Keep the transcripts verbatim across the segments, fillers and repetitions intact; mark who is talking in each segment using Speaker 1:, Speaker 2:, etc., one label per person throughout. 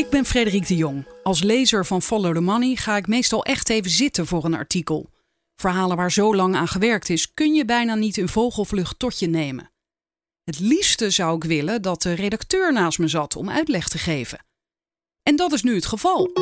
Speaker 1: Ik ben Frederik de Jong. Als lezer van Follow the Money ga ik meestal echt even zitten voor een artikel. Verhalen waar zo lang aan gewerkt is, kun je bijna niet in vogelvlucht tot je nemen. Het liefste zou ik willen dat de redacteur naast me zat om uitleg te geven. En dat is nu het geval.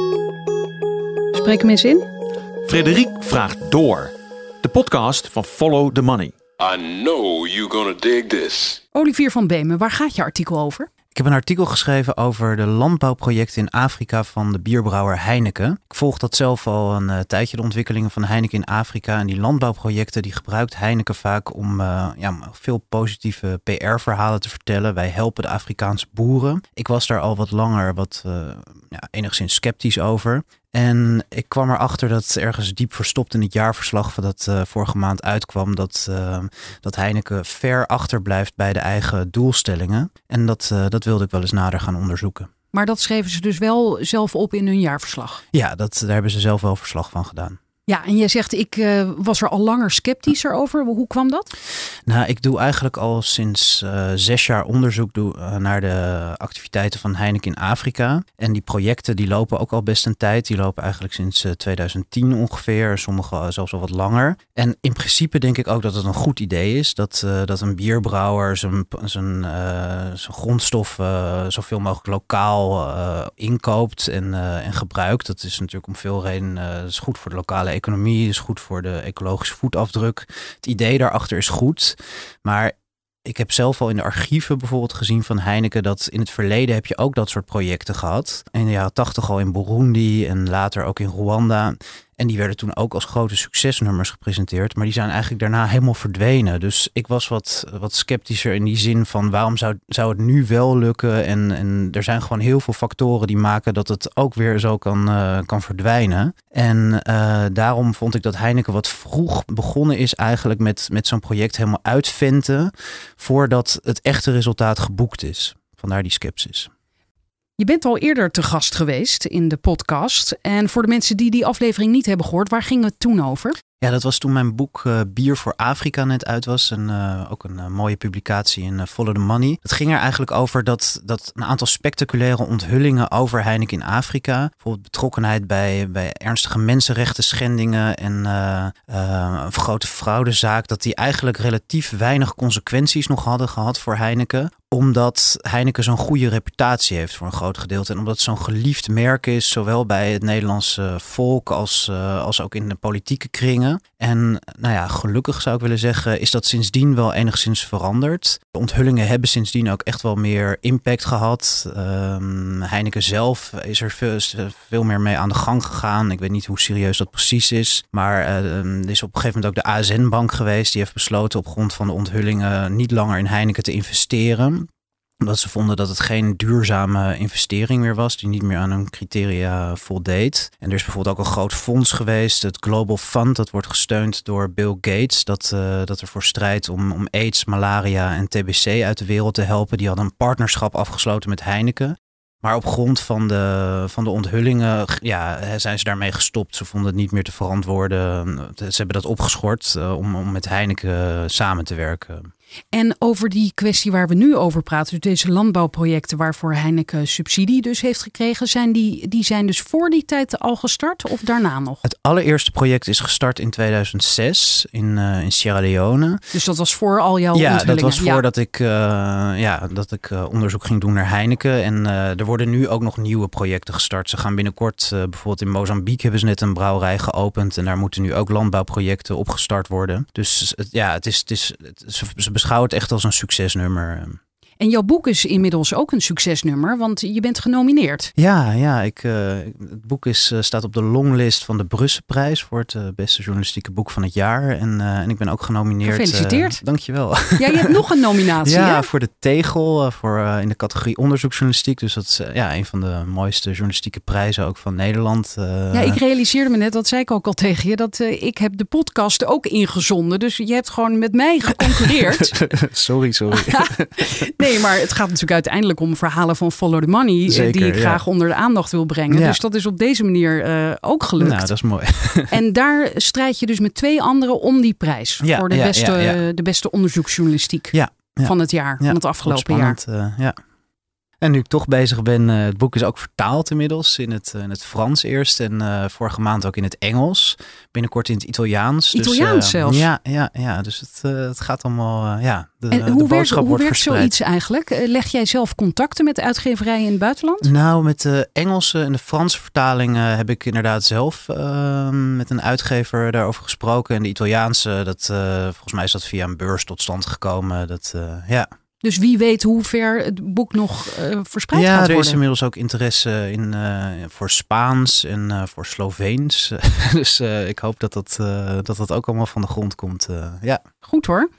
Speaker 2: Spreek hem eens in.
Speaker 3: Frederik vraagt door. De podcast van Follow the Money.
Speaker 4: I know you're gonna dig this.
Speaker 1: Olivier van Beemen, waar gaat je artikel over?
Speaker 5: Ik heb een artikel geschreven over de landbouwprojecten in Afrika van de bierbrouwer Heineken. Ik volg dat zelf al een uh, tijdje, de ontwikkelingen van Heineken in Afrika. En die landbouwprojecten die gebruikt Heineken vaak om uh, ja, veel positieve P R-verhalen te vertellen. Wij helpen de Afrikaanse boeren. Ik was daar al wat langer wat uh, ja, enigszins sceptisch over. En ik kwam erachter dat ergens diep verstopt in het jaarverslag van dat uh, vorige maand uitkwam dat, uh, dat Heineken ver achterblijft bij de eigen doelstellingen. En dat, uh, dat wilde ik wel eens nader gaan onderzoeken.
Speaker 1: Maar dat schreven ze dus wel zelf op in hun jaarverslag?
Speaker 5: Ja, dat, daar hebben ze zelf wel verslag van gedaan.
Speaker 1: Ja, en jij zegt, ik uh, was er al langer sceptischer over. Hoe kwam dat?
Speaker 5: Nou, ik doe eigenlijk al sinds uh, zes jaar onderzoek doe, uh, naar de activiteiten van Heineken in Afrika. En die projecten die lopen ook al best een tijd. Die lopen eigenlijk sinds uh, twintig tien ongeveer. Sommige uh, zelfs al wat langer. En in principe denk ik ook dat het een goed idee is. Dat, uh, dat een bierbrouwer zijn, zijn, uh, zijn grondstoffen uh, zoveel mogelijk lokaal uh, inkoopt en, uh, en gebruikt. Dat is natuurlijk om veel redenen uh, is goed voor de lokale economie, is goed voor de ecologische voetafdruk. Het idee daarachter is goed, maar ik heb zelf al in de archieven bijvoorbeeld gezien van Heineken dat in het verleden heb je ook dat soort projecten gehad. In de jaren tachtig al in Burundi en later ook in Rwanda. En die werden toen ook als grote succesnummers gepresenteerd. Maar die zijn eigenlijk daarna helemaal verdwenen. Dus ik was wat, wat sceptischer in die zin van waarom zou, zou het nu wel lukken? En, en er zijn gewoon heel veel factoren die maken dat het ook weer zo kan, uh, kan verdwijnen. En uh, daarom vond ik dat Heineken wat vroeg begonnen is eigenlijk met, met zo'n project helemaal uitventen voordat het echte resultaat geboekt is. Vandaar die scepsis.
Speaker 1: Je bent al eerder te gast geweest in de podcast. En voor de mensen die die aflevering niet hebben gehoord, waar ging het toen over?
Speaker 5: Ja, dat was toen mijn boek uh, Bier voor Afrika net uit was. En uh, ook een uh, mooie publicatie in uh, Follow the Money. Het ging er eigenlijk over dat, dat een aantal spectaculaire onthullingen over Heineken in Afrika. Bijvoorbeeld betrokkenheid bij, bij ernstige mensenrechten schendingen en uh, uh, een grote fraudezaak. Dat die eigenlijk relatief weinig consequenties nog hadden gehad voor Heineken. Omdat Heineken zo'n goede reputatie heeft voor een groot gedeelte. En omdat het zo'n geliefd merk is, zowel bij het Nederlandse volk als, uh, als ook in de politieke kringen. En nou ja, gelukkig zou ik willen zeggen, is dat sindsdien wel enigszins veranderd. De onthullingen hebben sindsdien ook echt wel meer impact gehad. Um, Heineken zelf is er veel, veel meer mee aan de gang gegaan. Ik weet niet hoe serieus dat precies is. Maar uh, er is op een gegeven moment ook de A S N-bank geweest. Die heeft besloten op grond van de onthullingen niet langer in Heineken te investeren. Omdat ze vonden dat het geen duurzame investering meer was. Die niet meer aan hun criteria voldeed. En er is bijvoorbeeld ook een groot fonds geweest. Het Global Fund. Dat wordt gesteund door Bill Gates. Dat, uh, dat ervoor strijdt om, om AIDS, malaria en T B C uit de wereld te helpen. Die hadden een partnerschap afgesloten met Heineken. Maar op grond van de, van de onthullingen ja, zijn ze daarmee gestopt. Ze vonden het niet meer te verantwoorden. Ze hebben dat opgeschort uh, om, om met Heineken samen te werken.
Speaker 1: En over die kwestie waar we nu over praten, dus deze landbouwprojecten waarvoor Heineken subsidie dus heeft gekregen, zijn die, die zijn dus voor die tijd al gestart of daarna nog?
Speaker 5: Het allereerste project is gestart in tweeduizend zes in, uh, in Sierra Leone.
Speaker 1: Dus dat was voor al jouw
Speaker 5: ja,
Speaker 1: onthullingen?
Speaker 5: Dat was voordat ja. ik, uh, ja, dat ik uh, onderzoek ging doen naar Heineken. En uh, er worden nu ook nog nieuwe projecten gestart. Ze gaan binnenkort, uh, bijvoorbeeld in Mozambique hebben ze net een brouwerij geopend. En daar moeten nu ook landbouwprojecten opgestart worden. Dus ja, het is, het is, het is, ze beschouw het echt als een succesnummer.
Speaker 1: En jouw boek is inmiddels ook een succesnummer, want je bent genomineerd.
Speaker 5: Ja, ja ik, uh, het boek is, uh, staat op de longlist van de Brusselprijs voor het uh, beste journalistieke boek van het jaar. En, uh, en ik ben ook genomineerd.
Speaker 1: Gefeliciteerd.
Speaker 5: Uh, dankjewel.
Speaker 1: Ja, je hebt nog een nominatie,
Speaker 5: Ja,
Speaker 1: hè?
Speaker 5: voor de Tegel, uh, voor, uh, in de categorie onderzoeksjournalistiek. Dus dat is uh, ja, een van de mooiste journalistieke prijzen ook van Nederland. Uh,
Speaker 1: ja, ik realiseerde me net, dat zei ik ook al tegen je, dat uh, ik heb de podcast ook ingezonden. Dus je hebt gewoon met mij geconcurreerd.
Speaker 5: sorry, sorry.
Speaker 1: Nee, maar het gaat natuurlijk uiteindelijk om verhalen van Follow the Money.
Speaker 5: Zeker,
Speaker 1: die ik
Speaker 5: ja.
Speaker 1: graag onder de aandacht wil brengen.
Speaker 5: Ja.
Speaker 1: Dus dat is op deze manier uh, ook gelukt.
Speaker 5: Nou, dat is mooi.
Speaker 1: En daar strijd je dus met twee anderen om die prijs.
Speaker 5: Ja,
Speaker 1: voor de,
Speaker 5: ja,
Speaker 1: beste,
Speaker 5: ja, ja.
Speaker 1: de beste onderzoeksjournalistiek
Speaker 5: Ja, ja.
Speaker 1: van het jaar.
Speaker 5: Ja,
Speaker 1: van het afgelopen
Speaker 5: spannend,
Speaker 1: jaar.
Speaker 5: Uh, ja. En nu ik toch bezig ben, uh, het boek is ook vertaald inmiddels in het, uh, in het Frans eerst en uh, vorige maand ook in het Engels. Binnenkort in het Italiaans.
Speaker 1: Italiaans
Speaker 5: dus, uh,
Speaker 1: zelfs?
Speaker 5: Ja, ja, ja, dus het, uh, het gaat allemaal, uh, ja, de,
Speaker 1: en
Speaker 5: de
Speaker 1: hoe
Speaker 5: boodschap
Speaker 1: werkt, hoe
Speaker 5: wordt
Speaker 1: werkt
Speaker 5: verspreid.
Speaker 1: zoiets eigenlijk? Leg jij zelf contacten met uitgeverijen in het buitenland?
Speaker 5: Nou, met de Engelse en de Franse vertaling uh, heb ik inderdaad zelf uh, met een uitgever daarover gesproken. En de Italiaanse, dat, uh, volgens mij is dat via een beurs tot stand gekomen. Dat, uh, ja.
Speaker 1: Dus wie weet hoe ver het boek nog uh, verspreid
Speaker 5: ja,
Speaker 1: gaat worden.
Speaker 5: Ja, er is inmiddels ook interesse in, uh, voor Spaans en uh, voor Sloveens. dus uh, ik hoop dat dat, uh, dat dat ook allemaal van de grond komt. Uh, ja.
Speaker 1: Goed hoor.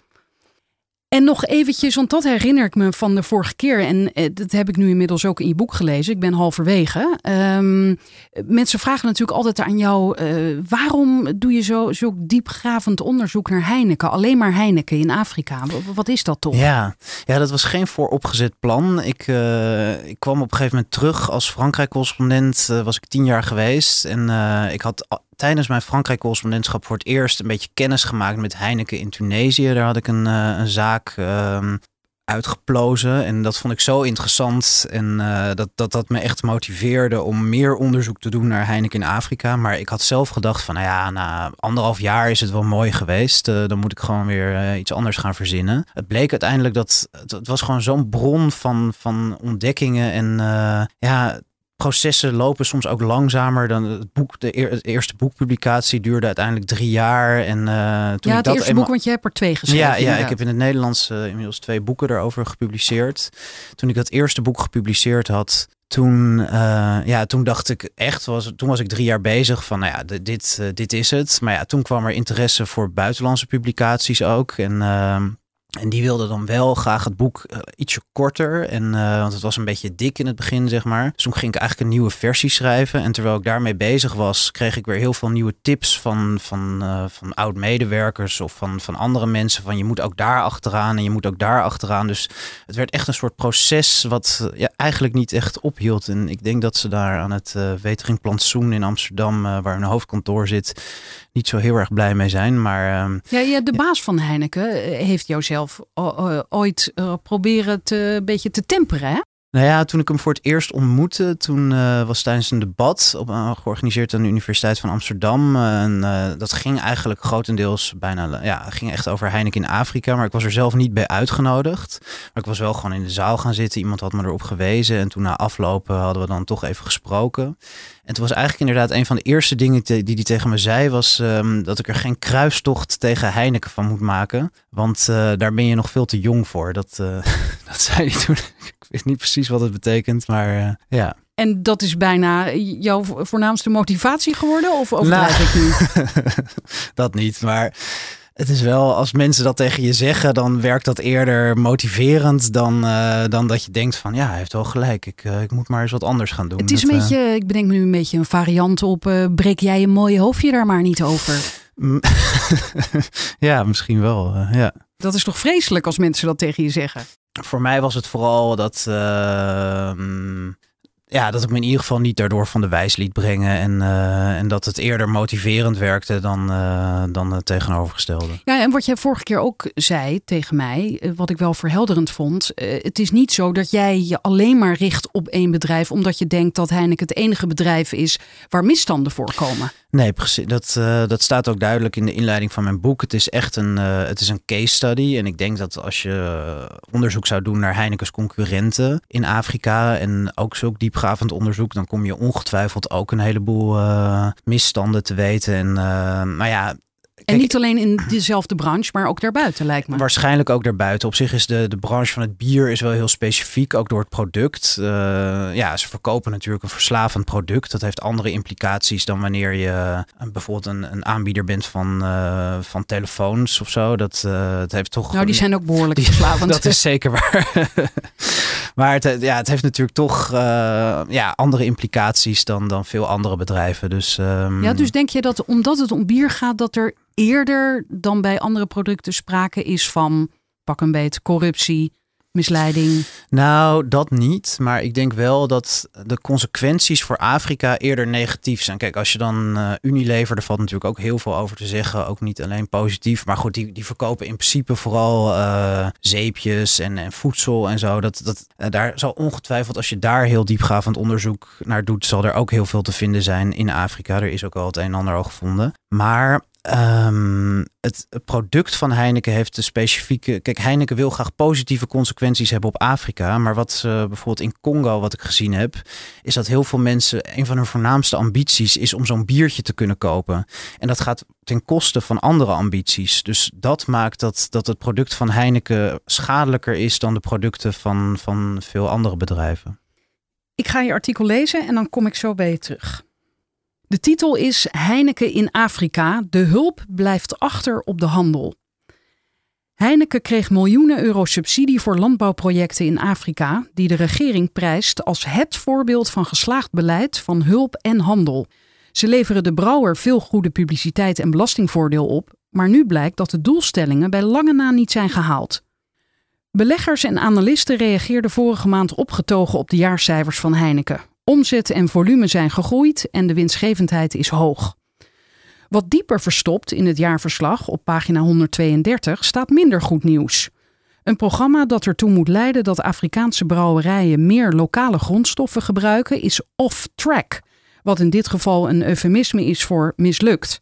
Speaker 1: En nog eventjes, want dat herinner ik me van de vorige keer. En eh, dat heb ik nu inmiddels ook in je boek gelezen. Ik ben halverwege. Um, mensen vragen natuurlijk altijd aan jou, Uh, waarom doe je zo, zo diepgravend onderzoek naar Heineken? Alleen maar Heineken in Afrika. W- wat is dat toch?
Speaker 5: Ja, ja, dat was geen vooropgezet plan. Ik, uh, ik kwam op een gegeven moment terug als Frankrijk-correspondent. Uh, was ik tien jaar geweest. En uh, ik had tijdens mijn Frankrijk-correspondentschap voor het eerst een beetje kennis gemaakt met Heineken in Tunesië. Daar had ik een, uh, een zaak uh, uitgeplozen en dat vond ik zo interessant en uh, dat, dat dat me echt motiveerde om meer onderzoek te doen naar Heineken in Afrika. Maar ik had zelf gedacht van, nou ja, na anderhalf jaar is het wel mooi geweest. Uh, dan moet ik gewoon weer uh, iets anders gaan verzinnen. Het bleek uiteindelijk dat het, het was gewoon zo'n bron van, van ontdekkingen en uh, ja... Processen lopen soms ook langzamer dan het boek. De, eer, de eerste boekpublicatie duurde uiteindelijk drie jaar. En, uh, toen
Speaker 1: ja,
Speaker 5: het
Speaker 1: ik dat
Speaker 5: eerste
Speaker 1: eenmaal... boek, want je hebt er twee geschreven.
Speaker 5: Ja, ja ik heb in het Nederlands uh, inmiddels twee boeken daarover gepubliceerd. Toen ik dat eerste boek gepubliceerd had, toen, uh, ja, toen dacht ik echt, was, toen was ik drie jaar bezig van, nou ja, dit, uh, dit is het. Maar ja, toen kwam er interesse voor buitenlandse publicaties ook. En... Uh, En die wilde dan wel graag het boek uh, ietsje korter. En, uh, want het was een beetje dik in het begin, zeg maar. Dus toen ging ik eigenlijk een nieuwe versie schrijven. En terwijl ik daarmee bezig was, kreeg ik weer heel veel nieuwe tips van, van, uh, van oud-medewerkers of van, van andere mensen. Van je moet ook daar achteraan en je moet ook daar achteraan. Dus het werd echt een soort proces wat uh, ja, eigenlijk niet echt ophield. En ik denk dat ze daar aan het uh, Wetering Plantsoen in Amsterdam, uh, waar hun hoofdkantoor zit, niet zo heel erg blij mee zijn. Maar, uh,
Speaker 1: ja, ja, de baas van Heineken heeft jou zelf ooit uh, proberen te, een beetje te temperen, hè?
Speaker 5: Nou ja, toen ik hem voor het eerst ontmoette, toen uh, was tijdens een debat op, uh, georganiseerd aan de Universiteit van Amsterdam. Uh, en uh, dat ging eigenlijk grotendeels bijna, ja, ging echt over Heineken in Afrika. Maar ik was er zelf niet bij uitgenodigd. Maar ik was wel gewoon in de zaal gaan zitten. Iemand had me erop gewezen. En toen na aflopen hadden we dan toch even gesproken. En toen was eigenlijk inderdaad een van de eerste dingen die hij tegen me zei, was um, dat ik er geen kruistocht tegen Heineken van moet maken. Want uh, daar ben je nog veel te jong voor. Dat, uh, dat zei hij toen. Ik weet niet precies wat het betekent, maar uh, ja.
Speaker 1: En dat is bijna jouw voornaamste motivatie geworden? Of overdrijf
Speaker 5: nou,
Speaker 1: ik nu?
Speaker 5: Dat niet, maar het is wel, als mensen dat tegen je zeggen, dan werkt dat eerder motiverend dan, uh, dan dat je denkt van, ja, hij heeft wel gelijk. Ik, uh, ik moet maar eens wat anders gaan doen.
Speaker 1: Het is
Speaker 5: dat,
Speaker 1: een beetje, uh... ik bedenk nu een beetje een variant op, uh, breek jij je mooie hoofdje daar maar niet over.
Speaker 5: Ja, misschien wel, uh, ja.
Speaker 1: Dat is toch vreselijk als mensen dat tegen je zeggen?
Speaker 5: Voor mij was het vooral dat, uh, ja, dat ik me in ieder geval niet daardoor van de wijs liet brengen. En, uh, en dat het eerder motiverend werkte dan, uh, dan het tegenovergestelde.
Speaker 1: Ja, en wat jij vorige keer ook zei tegen mij, wat ik wel verhelderend vond. Uh, het is niet zo dat jij je alleen maar richt op één bedrijf, omdat je denkt dat Heineken het enige bedrijf is waar misstanden voorkomen.
Speaker 5: Nee, precies. Dat, uh, dat staat ook duidelijk in de inleiding van mijn boek. Het is echt een, uh, het is een case study. En ik denk dat als je onderzoek zou doen naar Heineken's concurrenten in Afrika en ook zulk diepgravend onderzoek, dan kom je ongetwijfeld ook een heleboel uh, misstanden te weten. En, uh, maar ja.
Speaker 1: En niet alleen in dezelfde branche, maar ook daarbuiten, lijkt me.
Speaker 5: Waarschijnlijk ook daarbuiten. Op zich is de, de branche van het bier is wel heel specifiek, ook door het product. Uh, ja, ze verkopen natuurlijk een verslavend product. Dat heeft andere implicaties dan wanneer je uh, bijvoorbeeld een, een aanbieder bent van, uh, van telefoons of zo. Dat, uh, het heeft toch.
Speaker 1: Nou, die zijn ook behoorlijk
Speaker 5: die,
Speaker 1: verslavend.
Speaker 5: Dat is zeker waar. Maar het, ja, het heeft natuurlijk toch uh, ja, andere implicaties dan, dan veel andere bedrijven. Dus, um...
Speaker 1: Ja, dus denk je dat omdat het om bier gaat, dat er eerder dan bij andere producten sprake is van, pak een beet, corruptie, misleiding?
Speaker 5: Nou, dat niet. Maar ik denk wel dat de consequenties voor Afrika eerder negatief zijn. Kijk, als je dan uh, Unilever, daar valt natuurlijk ook heel veel over te zeggen. Ook niet alleen positief. Maar goed, die, die verkopen in principe vooral uh, zeepjes en, en voedsel en zo. Dat, dat, uh, daar zal ongetwijfeld, als je daar heel diepgaand onderzoek naar doet, zal er ook heel veel te vinden zijn in Afrika. Er is ook al het een en ander al gevonden. Maar Um, het, het product van Heineken heeft de specifieke... Kijk, Heineken wil graag positieve consequenties hebben op Afrika. Maar wat uh, bijvoorbeeld in Congo, wat ik gezien heb, is dat heel veel mensen, een van hun voornaamste ambities is om zo'n biertje te kunnen kopen. En dat gaat ten koste van andere ambities. Dus dat maakt dat, dat het product van Heineken schadelijker is dan de producten van, van veel andere bedrijven.
Speaker 1: Ik ga je artikel lezen en dan kom ik zo bij je terug. De titel is Heineken in Afrika. De hulp blijft achter op de handel. Heineken kreeg miljoenen euro subsidie voor landbouwprojecten in Afrika, die de regering prijst als het voorbeeld van geslaagd beleid van hulp en handel. Ze leveren de brouwer veel goede publiciteit en belastingvoordeel op, maar nu blijkt dat de doelstellingen bij lange na niet zijn gehaald. Beleggers en analisten reageerden vorige maand opgetogen op de jaarcijfers van Heineken. Omzet en volume zijn gegroeid en de winstgevendheid is hoog. Wat dieper verstopt in het jaarverslag op pagina honderdtweeëndertig staat minder goed nieuws. Een programma dat ertoe moet leiden dat Afrikaanse brouwerijen meer lokale grondstoffen gebruiken is off-track, wat in dit geval een eufemisme is voor mislukt.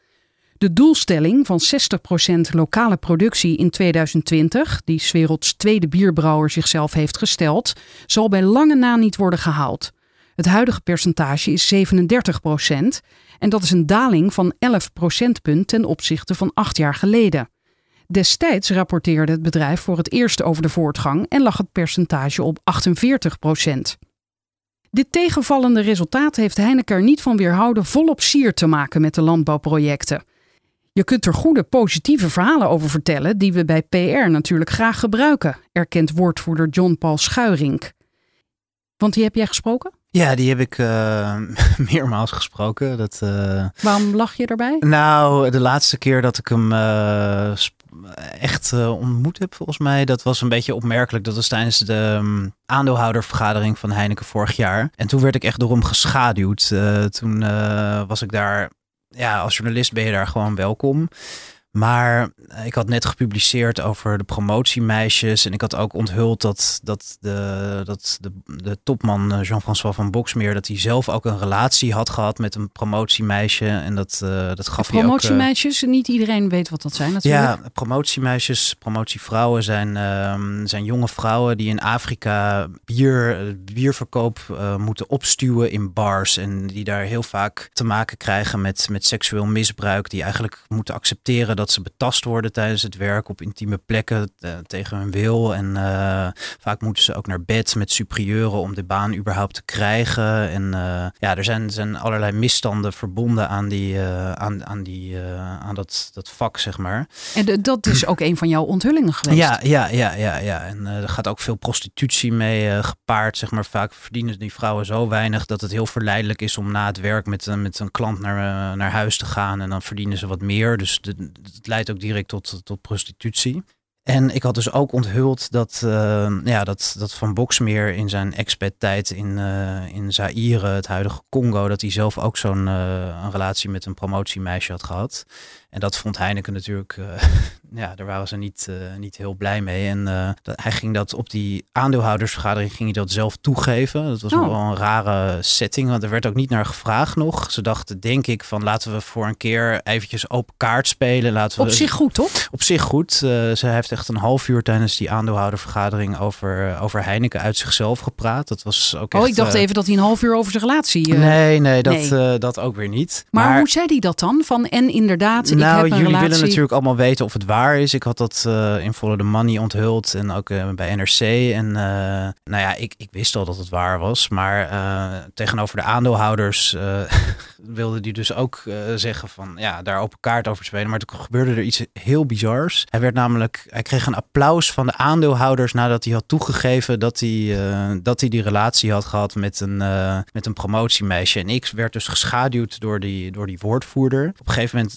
Speaker 1: De doelstelling van zestig procent lokale productie in tweeduizend twintig, die 's werelds tweede bierbrouwer zichzelf heeft gesteld, zal bij lange na niet worden gehaald. Het huidige percentage is zevenendertig procent en dat is een daling van elf procentpunt ten opzichte van acht jaar geleden. Destijds rapporteerde het bedrijf voor het eerst over de voortgang en lag het percentage op achtenveertig procent. Dit tegenvallende resultaat heeft Heineken er niet van weerhouden volop sier te maken met de landbouwprojecten. Je kunt er goede positieve verhalen over vertellen die we bij P R natuurlijk graag gebruiken, erkent woordvoerder John Paul Schuijrink. Want die heb jij gesproken?
Speaker 5: Ja, die heb ik uh, meermaals gesproken. Dat, uh...
Speaker 1: Waarom lach je erbij?
Speaker 5: Nou, de laatste keer dat ik hem uh, sp- echt uh, ontmoet heb, volgens mij, dat was een beetje opmerkelijk. Dat was tijdens de um, aandeelhoudervergadering van Heineken vorig jaar. En toen werd ik echt door hem geschaduwd. Uh, toen uh, was ik daar, ja, als journalist ben je daar gewoon welkom. Maar ik had net gepubliceerd over de promotiemeisjes. En ik had ook onthuld dat, dat, de, dat de, de topman Jean-François van Boxmeer, dat hij zelf ook een relatie had gehad met een promotiemeisje. En dat, uh, dat gaf hij ook...
Speaker 1: Promotiemeisjes, uh, niet iedereen weet wat dat zijn natuurlijk.
Speaker 5: Ja, promotiemeisjes, promotievrouwen zijn, uh, zijn jonge vrouwen die in Afrika bier, bierverkoop uh, moeten opstuwen in bars. En die daar heel vaak te maken krijgen met, met seksueel misbruik. Die eigenlijk moeten accepteren dat ze betast worden tijdens het werk op intieme plekken uh, tegen hun wil. En uh, vaak moeten ze ook naar bed met superieuren om de baan überhaupt te krijgen. En uh, ja, er zijn, zijn allerlei misstanden verbonden aan, die, uh, aan, aan, die, uh, aan dat, dat vak, zeg maar.
Speaker 1: En de, dat is ook een van jouw onthullingen geweest.
Speaker 5: Ja, ja, ja, ja, ja. En uh, er gaat ook veel prostitutie mee uh, gepaard, zeg maar. Vaak verdienen die vrouwen zo weinig dat het heel verleidelijk is om na het werk met, uh, met een klant naar, uh, naar huis te gaan. En dan verdienen ze wat meer. Dus de, het leidt ook direct tot, tot prostitutie. En ik had dus ook onthuld dat, uh, ja, dat, dat Van Boxmeer in zijn expat-tijd in, uh, in Zaïre, het huidige Congo, dat hij zelf ook zo'n uh, een relatie met een promotiemeisje had gehad. En dat vond Heineken natuurlijk, uh, ja, daar waren ze niet, uh, niet heel blij mee. En uh, dat, hij ging dat op die aandeelhoudersvergadering ging hij dat zelf toegeven. Dat was oh. wel een rare setting, want er werd ook niet naar gevraagd nog. Ze dachten, denk ik, van laten we voor een keer eventjes open kaart spelen. Laten we,
Speaker 1: op zich goed, toch?
Speaker 5: Op zich goed. Uh, ze heeft echt een half uur tijdens die aandeelhoudervergadering over, over Heineken uit zichzelf gepraat. Dat was ook echt,
Speaker 1: oh, ik dacht uh, even dat hij een half uur over zijn relatie... Uh,
Speaker 5: nee, nee, dat,
Speaker 1: nee.
Speaker 5: Uh, dat ook weer niet.
Speaker 1: Maar, maar hoe zei hij dat dan? Van en inderdaad...
Speaker 5: Nou,
Speaker 1: ik heb een
Speaker 5: jullie
Speaker 1: relatie...
Speaker 5: willen natuurlijk allemaal weten of het waar is. Ik had dat uh, in Follow the Money onthuld en ook uh, bij N R C. En uh, nou ja, ik, ik wist al dat het waar was. Maar uh, tegenover de aandeelhouders uh, wilde hij dus ook uh, zeggen van ja, daar open kaart over spelen. Maar toen gebeurde er iets heel bizars. Hij werd namelijk, hij kreeg een applaus van de aandeelhouders nadat hij had toegegeven dat hij, uh, dat hij die relatie had gehad met een, uh, met een promotiemeisje. En ik werd dus geschaduwd door die, door die woordvoerder. Op een gegeven moment was ook dat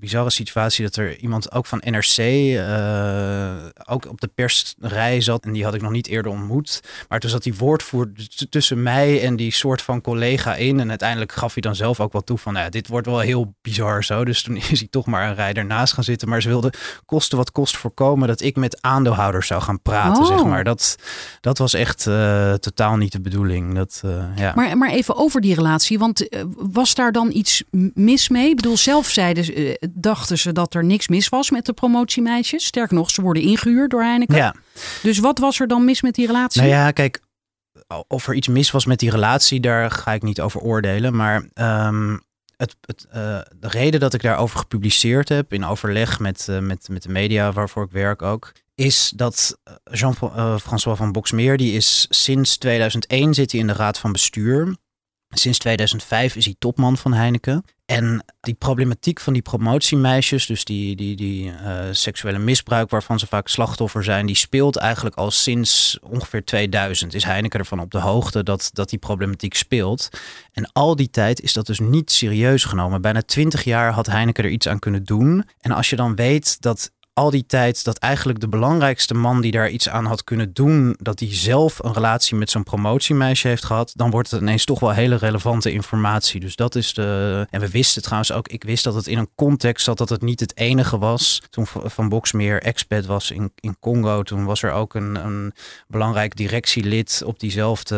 Speaker 5: bizarre situatie dat er iemand ook van N R C uh, ook op de persrij zat. En die had ik nog niet eerder ontmoet. Maar toen zat die woordvoerder t- tussen mij en die soort van collega in. En uiteindelijk gaf hij dan zelf ook wel toe van, nou ja, dit wordt wel heel bizar zo. Dus toen is hij toch maar een rij ernaast gaan zitten. Maar ze wilden kosten wat kost voorkomen dat ik met aandeelhouders zou gaan praten,
Speaker 1: oh.
Speaker 5: zeg maar. Dat, dat was echt uh, totaal niet de bedoeling. Dat, uh, ja.
Speaker 1: maar, maar even over die relatie, want uh, was daar dan iets mis mee? Ik bedoel, zelf zeiden ze, uh, dachten ze dat er niks mis was met de promotiemeisjes. Sterker nog, ze worden ingehuurd door Heineken. Ja. Dus wat was er dan mis met die relatie?
Speaker 5: Nou ja, kijk, of er iets mis was met die relatie, daar ga ik niet over oordelen. Maar um, het, het, uh, de reden dat ik daarover gepubliceerd heb, in overleg met, uh, met, met de media waarvoor ik werk ook, is dat Jean-François van Boxmeer, die is sinds tweeduizend één zit hij in de raad van bestuur. Sinds tweeduizend vijf is hij topman van Heineken. En die problematiek van die promotiemeisjes, dus die, die, die uh, seksuele misbruik waarvan ze vaak slachtoffer zijn, die speelt eigenlijk al sinds ongeveer tweeduizend. Is Heineken ervan op de hoogte dat, dat die problematiek speelt. En al die tijd is dat dus niet serieus genomen. Bijna twintig jaar had Heineken er iets aan kunnen doen. En als je dan weet dat al die tijd dat eigenlijk de belangrijkste man die daar iets aan had kunnen doen, dat hij zelf een relatie met zo'n promotiemeisje heeft gehad, dan wordt het ineens toch wel hele relevante informatie. Dus dat is de... En we wisten trouwens ook, ik wist dat het in een context zat, dat het niet het enige was. Toen Van Boxmeer expat was in, in Congo, toen was er ook een, een belangrijk directielid op diezelfde,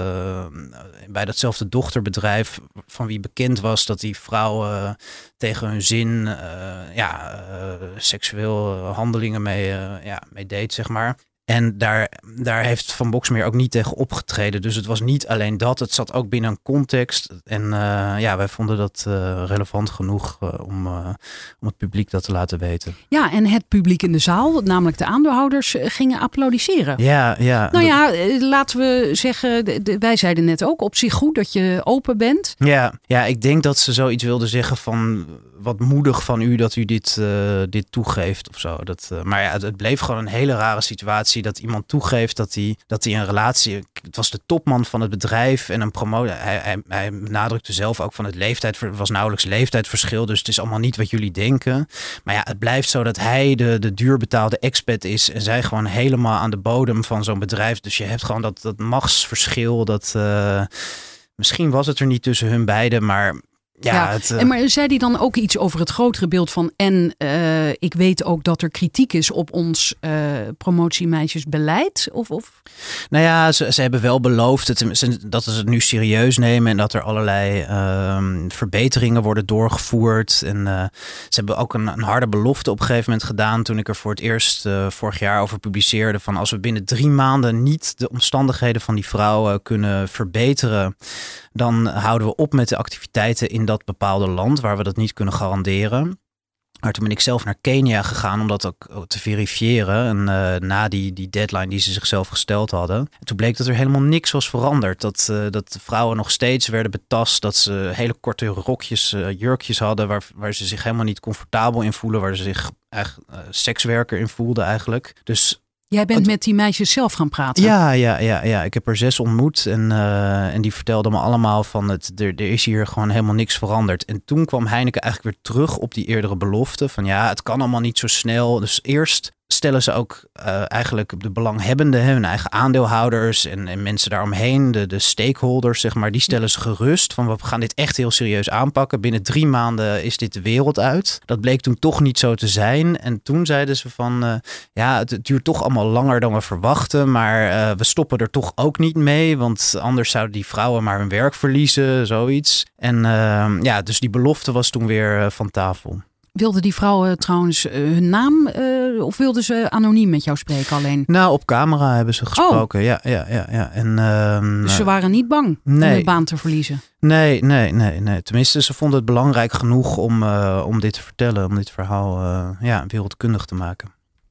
Speaker 5: bij datzelfde dochterbedrijf, van wie bekend was dat die vrouwen tegen hun zin uh, ja, uh, seksueel handelingen mee, uh, ja, mee deed, zeg maar. En daar, daar heeft Van Boxmeer ook niet tegen opgetreden. Dus het was niet alleen dat, het zat ook binnen een context. En uh, ja, wij vonden dat uh, relevant genoeg uh, om, uh, om het publiek dat te laten weten.
Speaker 1: Ja, en het publiek in de zaal, namelijk de aandeelhouders, gingen applaudisseren.
Speaker 5: Ja, ja.
Speaker 1: Nou ja, laten we zeggen, de, de, wij zeiden net ook, op zich goed dat je open bent.
Speaker 5: Ja, ja, ik denk dat ze zoiets wilden zeggen van, wat moedig van u dat u dit, uh, dit toegeeft of zo. Dat, uh, maar ja, het, het bleef gewoon een hele rare situatie. Dat iemand toegeeft dat hij, dat hij een relatie... Het was de topman van het bedrijf en een promotor. Hij, hij, hij benadrukte zelf ook van het leeftijd. Er was nauwelijks leeftijdsverschil. Dus het is allemaal niet wat jullie denken. Maar ja, het blijft zo dat hij de, de duurbetaalde expat is. En zij gewoon helemaal aan de bodem van zo'n bedrijf. Dus je hebt gewoon dat, dat machtsverschil. Dat, uh, misschien was het er niet tussen hun beiden, maar... Ja,
Speaker 1: ja.
Speaker 5: Het, uh...
Speaker 1: en maar zei hij dan ook iets over het grotere beeld van... en uh, ik weet ook dat er kritiek is op ons uh, promotiemeisjesbeleid? Of, of?
Speaker 5: Nou ja, ze, ze hebben wel beloofd het, dat ze het nu serieus nemen... en dat er allerlei uh, verbeteringen worden doorgevoerd. En uh, ze hebben ook een, een harde belofte op een gegeven moment gedaan... toen ik er voor het eerst uh, vorig jaar over publiceerde... van als we binnen drie maanden niet de omstandigheden van die vrouwen kunnen verbeteren... dan houden we op met de activiteiten in dat bepaalde land waar we dat niet kunnen garanderen. Maar toen ben ik zelf naar Kenia gegaan om dat ook te verifiëren. En uh, na die, die deadline die ze zichzelf gesteld hadden. En toen bleek dat er helemaal niks was veranderd. Dat, uh, dat de vrouwen nog steeds werden betast. Dat ze hele korte rokjes, uh, jurkjes hadden waar, waar ze zich helemaal niet comfortabel in voelen. Waar ze zich eigenlijk uh, sekswerker in voelden eigenlijk. Dus...
Speaker 1: Jij bent met die meisjes zelf gaan praten?
Speaker 5: Ja, ja, ja, ja. Ik heb er zes ontmoet en, uh, en die vertelden me allemaal van het, er, er is hier gewoon helemaal niks veranderd. En toen kwam Heineken eigenlijk weer terug op die eerdere belofte van ja, het kan allemaal niet zo snel. Dus eerst stellen ze ook uh, eigenlijk de belanghebbenden, hun eigen aandeelhouders en, en mensen daaromheen, de, de stakeholders, zeg maar, die stellen ze gerust van we gaan dit echt heel serieus aanpakken. Binnen drie maanden is dit de wereld uit. Dat bleek toen toch niet zo te zijn. En toen zeiden ze van uh, ja, het, het duurt toch allemaal langer dan we verwachten, maar uh, we stoppen er toch ook niet mee, want anders zouden die vrouwen maar hun werk verliezen, zoiets. En uh, ja, dus die belofte was toen weer uh, van tafel.
Speaker 1: Wilden die vrouwen trouwens uh, hun naam uh, of wilden ze anoniem met jou spreken alleen?
Speaker 5: Nou, op camera hebben ze gesproken. Oh. Ja, ja, ja, ja. En, uh,
Speaker 1: dus ze waren niet bang nee. om hun baan te verliezen?
Speaker 5: Nee, nee, nee, nee. Tenminste, ze vonden het belangrijk genoeg om, uh, om dit te vertellen. Om dit verhaal uh, ja, wereldkundig te maken.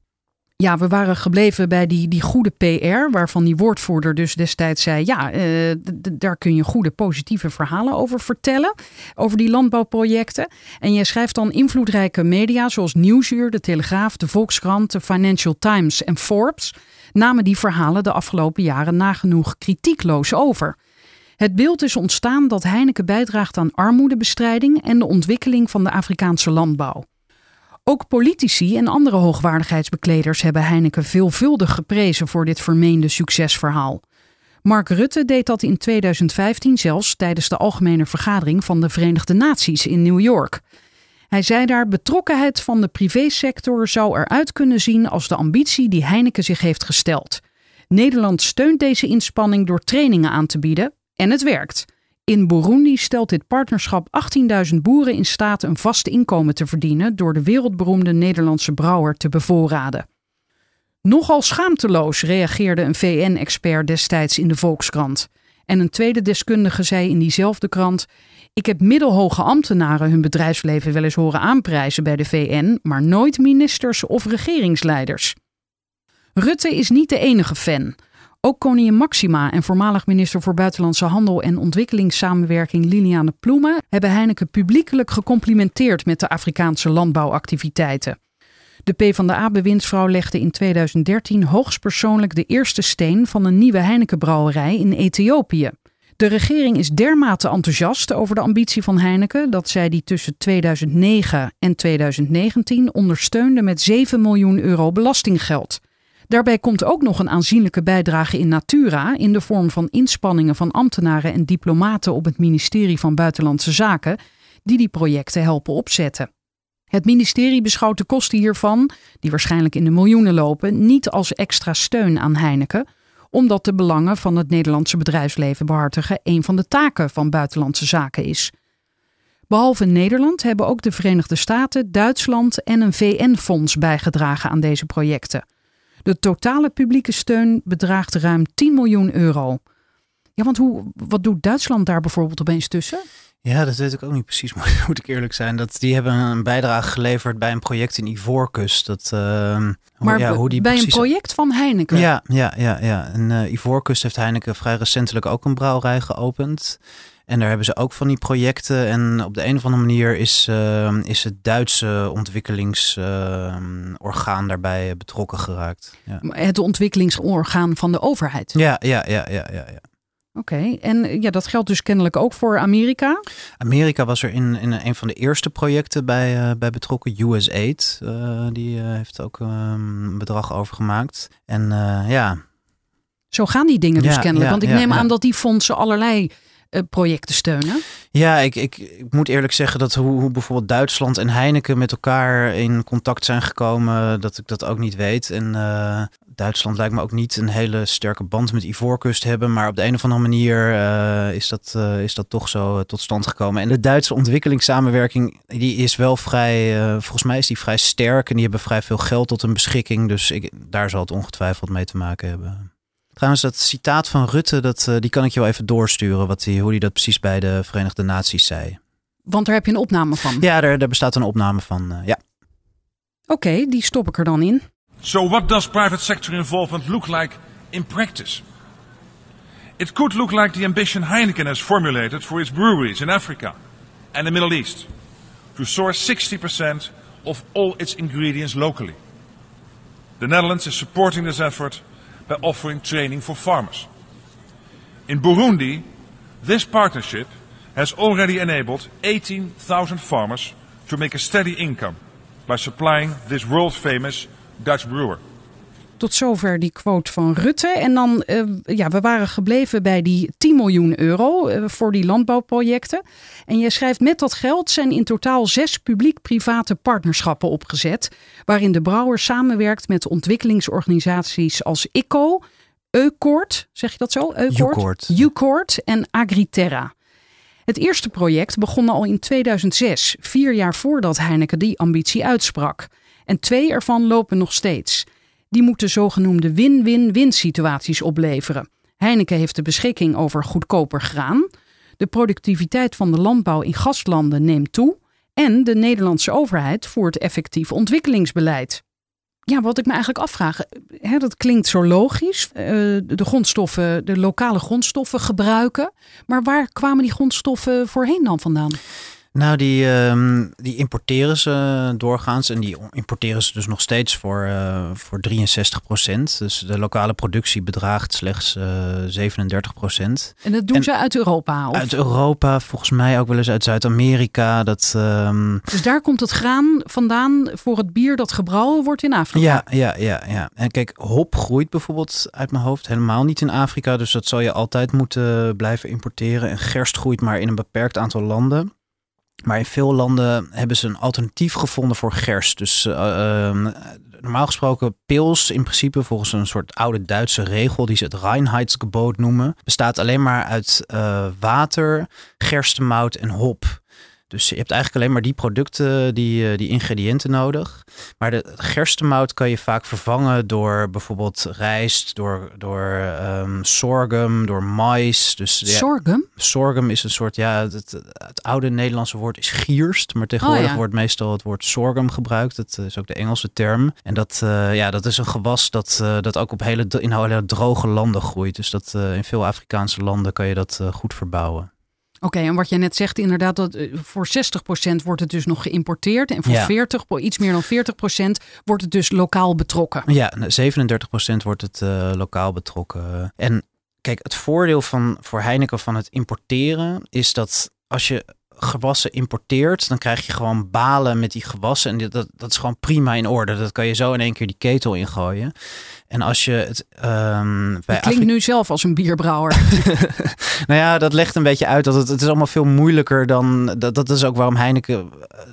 Speaker 1: Ja, we waren gebleven bij die, die goede P R, waarvan die woordvoerder dus destijds zei, ja, uh, d- d- daar kun je goede positieve verhalen over vertellen, over die landbouwprojecten. En je schrijft dan invloedrijke media zoals Nieuwsuur, De Telegraaf, De Volkskrant, de Financial Times en Forbes namen die verhalen de afgelopen jaren nagenoeg kritiekloos over. Het beeld is ontstaan dat Heineken bijdraagt aan armoedebestrijding en de ontwikkeling van de Afrikaanse landbouw. Ook politici en andere hoogwaardigheidsbekleders hebben Heineken veelvuldig geprezen voor dit vermeende succesverhaal. Mark Rutte deed dat in tweeduizend vijftien zelfs tijdens de algemene vergadering van de Verenigde Naties in New York. Hij zei daar: betrokkenheid van de privésector zou eruit kunnen zien als de ambitie die Heineken zich heeft gesteld. Nederland steunt deze inspanning door trainingen aan te bieden en het werkt. In Burundi stelt dit partnerschap achttienduizend boeren in staat een vast inkomen te verdienen door de wereldberoemde Nederlandse brouwer te bevoorraden. Nogal schaamteloos reageerde een V N-expert destijds in de Volkskrant. En een tweede deskundige zei in diezelfde krant: ik heb middelhoge ambtenaren hun bedrijfsleven wel eens horen aanprijzen bij de V N, maar nooit ministers of regeringsleiders. Rutte is niet de enige fan. Ook koningin Máxima en voormalig minister voor Buitenlandse Handel en Ontwikkelingssamenwerking Liliane Ploemen hebben Heineken publiekelijk gecomplimenteerd met de Afrikaanse landbouwactiviteiten. De PvdA-bewindsvrouw legde in tweeduizend dertien hoogstpersoonlijk de eerste steen van een nieuwe Heineken-brouwerij in Ethiopië. De regering is dermate enthousiast over de ambitie van Heineken dat zij die tussen tweeduizend negen en tweeduizend negentien ondersteunde met zeven miljoen euro belastinggeld. Daarbij komt ook nog een aanzienlijke bijdrage in natura in de vorm van inspanningen van ambtenaren en diplomaten op het ministerie van Buitenlandse Zaken die die projecten helpen opzetten. Het ministerie beschouwt de kosten hiervan, die waarschijnlijk in de miljoenen lopen, niet als extra steun aan Heineken, omdat de belangen van het Nederlandse bedrijfsleven behartigen een van de taken van Buitenlandse Zaken is. Behalve Nederland hebben ook de Verenigde Staten, Duitsland en een V N-fonds bijgedragen aan deze projecten. De totale publieke steun bedraagt ruim tien miljoen euro. Ja, want hoe, wat doet Duitsland daar bijvoorbeeld opeens tussen?
Speaker 5: Ja, dat weet ik ook niet precies, moet ik eerlijk zijn. Dat, die hebben een bijdrage geleverd bij een project in Ivoorkust. Dat, uh,
Speaker 1: maar
Speaker 5: ja, hoe die
Speaker 1: bij
Speaker 5: precies...
Speaker 1: een project van Heineken?
Speaker 5: Ja, ja, ja, ja. En uh, Ivoorkust heeft Heineken vrij recentelijk ook een brouwerij geopend. En daar hebben ze ook van die projecten. En op de een of andere manier is, uh, is het Duitse ontwikkelingsorgaan uh, daarbij betrokken geraakt. Ja.
Speaker 1: Het ontwikkelingsorgaan van de overheid?
Speaker 5: Ja, ja, ja, ja, ja. ja.
Speaker 1: Oké, okay. En ja, dat geldt dus kennelijk ook voor Amerika?
Speaker 5: Amerika was er in, in een van de eerste projecten bij, uh, bij betrokken. U S A I D, uh, die uh, heeft ook um, een bedrag overgemaakt. En uh, ja...
Speaker 1: Zo gaan die dingen dus ja, kennelijk.
Speaker 5: Ja,
Speaker 1: Want ik
Speaker 5: ja,
Speaker 1: neem
Speaker 5: ja.
Speaker 1: aan dat die fondsen allerlei uh, projecten steunen.
Speaker 5: Ja, ik, ik, ik moet eerlijk zeggen dat hoe, hoe bijvoorbeeld Duitsland en Heineken met elkaar in contact zijn gekomen, dat ik dat ook niet weet. En uh, Duitsland lijkt me ook niet een hele sterke band met Ivoorkust hebben. Maar op de een of andere manier uh, is, dat, uh, is dat toch zo uh, tot stand gekomen. En de Duitse ontwikkelingssamenwerking, die is wel vrij, uh, volgens mij is die vrij sterk. En die hebben vrij veel geld tot hun beschikking. Dus ik, daar zal het ongetwijfeld mee te maken hebben. Trouwens, dat citaat van Rutte, dat, uh, die kan ik je wel even doorsturen. Wat die, hoe hij dat precies bij de Verenigde Naties zei.
Speaker 1: Want daar heb je een opname van?
Speaker 5: Ja, daar, daar bestaat een opname van, uh, ja.
Speaker 1: Oké, okay, die stop ik er dan in.
Speaker 6: So what does private sector involvement look like in practice? It could look like the ambition Heineken has formulated for its breweries in Africa and the Middle East, to source sixty percent of all its ingredients locally. The Netherlands is supporting this effort by offering training for farmers. In Burundi, this partnership has already enabled eighteen thousand farmers to make a steady income by supplying this world-famous Dutch brewer.
Speaker 1: Tot zover die quote van Rutte. En dan, uh, ja, we waren gebleven bij die tien miljoen euro uh, voor die landbouwprojecten. En je schrijft, met dat geld zijn in totaal zes publiek-private partnerschappen opgezet, waarin de brouwer samenwerkt met ontwikkelingsorganisaties als I C O, Eucoort, zeg je dat zo?
Speaker 5: Eucoort.
Speaker 1: Eucoort en Agriterra. Het eerste project begon al in tweeduizend zes, vier jaar voordat Heineken die ambitie uitsprak. En twee ervan lopen nog steeds. Die moeten zogenoemde win-win-win situaties opleveren. Heineken heeft de beschikking over goedkoper graan. De productiviteit van de landbouw in gastlanden neemt toe. En de Nederlandse overheid voert effectief ontwikkelingsbeleid. Ja, wat ik me eigenlijk afvraag, hè, dat klinkt zo logisch. Uh, de grondstoffen, de lokale grondstoffen gebruiken. Maar waar kwamen die grondstoffen voorheen dan vandaan?
Speaker 5: Nou, die, um, die importeren ze doorgaans. En die importeren ze dus nog steeds voor, uh, voor drieënzestig procent. Dus de lokale productie bedraagt slechts uh, zevenendertig procent.
Speaker 1: En dat doen en ze uit Europa? Of?
Speaker 5: Uit Europa, volgens mij ook wel eens uit Zuid-Amerika. Dat, um...
Speaker 1: Dus daar komt het graan vandaan voor het bier dat gebrouwen wordt in Afrika?
Speaker 5: Ja, ja, ja, ja. En kijk, hop groeit bijvoorbeeld uit mijn hoofd helemaal niet in Afrika. Dus dat zal je altijd moeten blijven importeren. En gerst groeit maar in een beperkt aantal landen. Maar in veel landen hebben ze een alternatief gevonden voor gerst. Dus uh, uh, normaal gesproken pils in principe volgens een soort oude Duitse regel die ze het Reinheitsgebot noemen. Bestaat alleen maar uit uh, water, gerstemout en hop. Dus je hebt eigenlijk alleen maar die producten, die, die ingrediënten nodig. Maar de gerstemout kan je vaak vervangen door bijvoorbeeld rijst, door, door um, sorghum, door mais. Dus, ja,
Speaker 1: sorghum?
Speaker 5: Sorghum is een soort, ja, het, het oude Nederlandse woord is gierst. Maar tegenwoordig oh, ja. wordt meestal het woord sorghum gebruikt. Dat is ook de Engelse term. En dat, uh, ja, dat is een gewas dat, uh, dat ook op hele, in hele droge landen groeit. Dus dat uh, in veel Afrikaanse landen kan je dat uh, goed verbouwen.
Speaker 1: Oké, okay, en wat je net zegt, inderdaad, dat voor zestig procent wordt het dus nog geïmporteerd. En voor
Speaker 5: ja.
Speaker 1: veertig, iets meer dan veertig procent wordt het dus lokaal betrokken.
Speaker 5: Ja, zevenendertig procent wordt het uh, lokaal betrokken. En kijk, het voordeel van voor Heineken van het importeren is dat als je gewassen importeert, dan krijg je gewoon balen met die gewassen. En dat, dat is gewoon prima in orde. Dat kan je zo in één keer die ketel ingooien. En als je het... Um, bij
Speaker 1: het klinkt Afri- nu zelf als een bierbrouwer.
Speaker 5: Nou ja, dat legt een beetje uit dat het, het is allemaal veel moeilijker dan... Dat, dat is ook waarom Heineken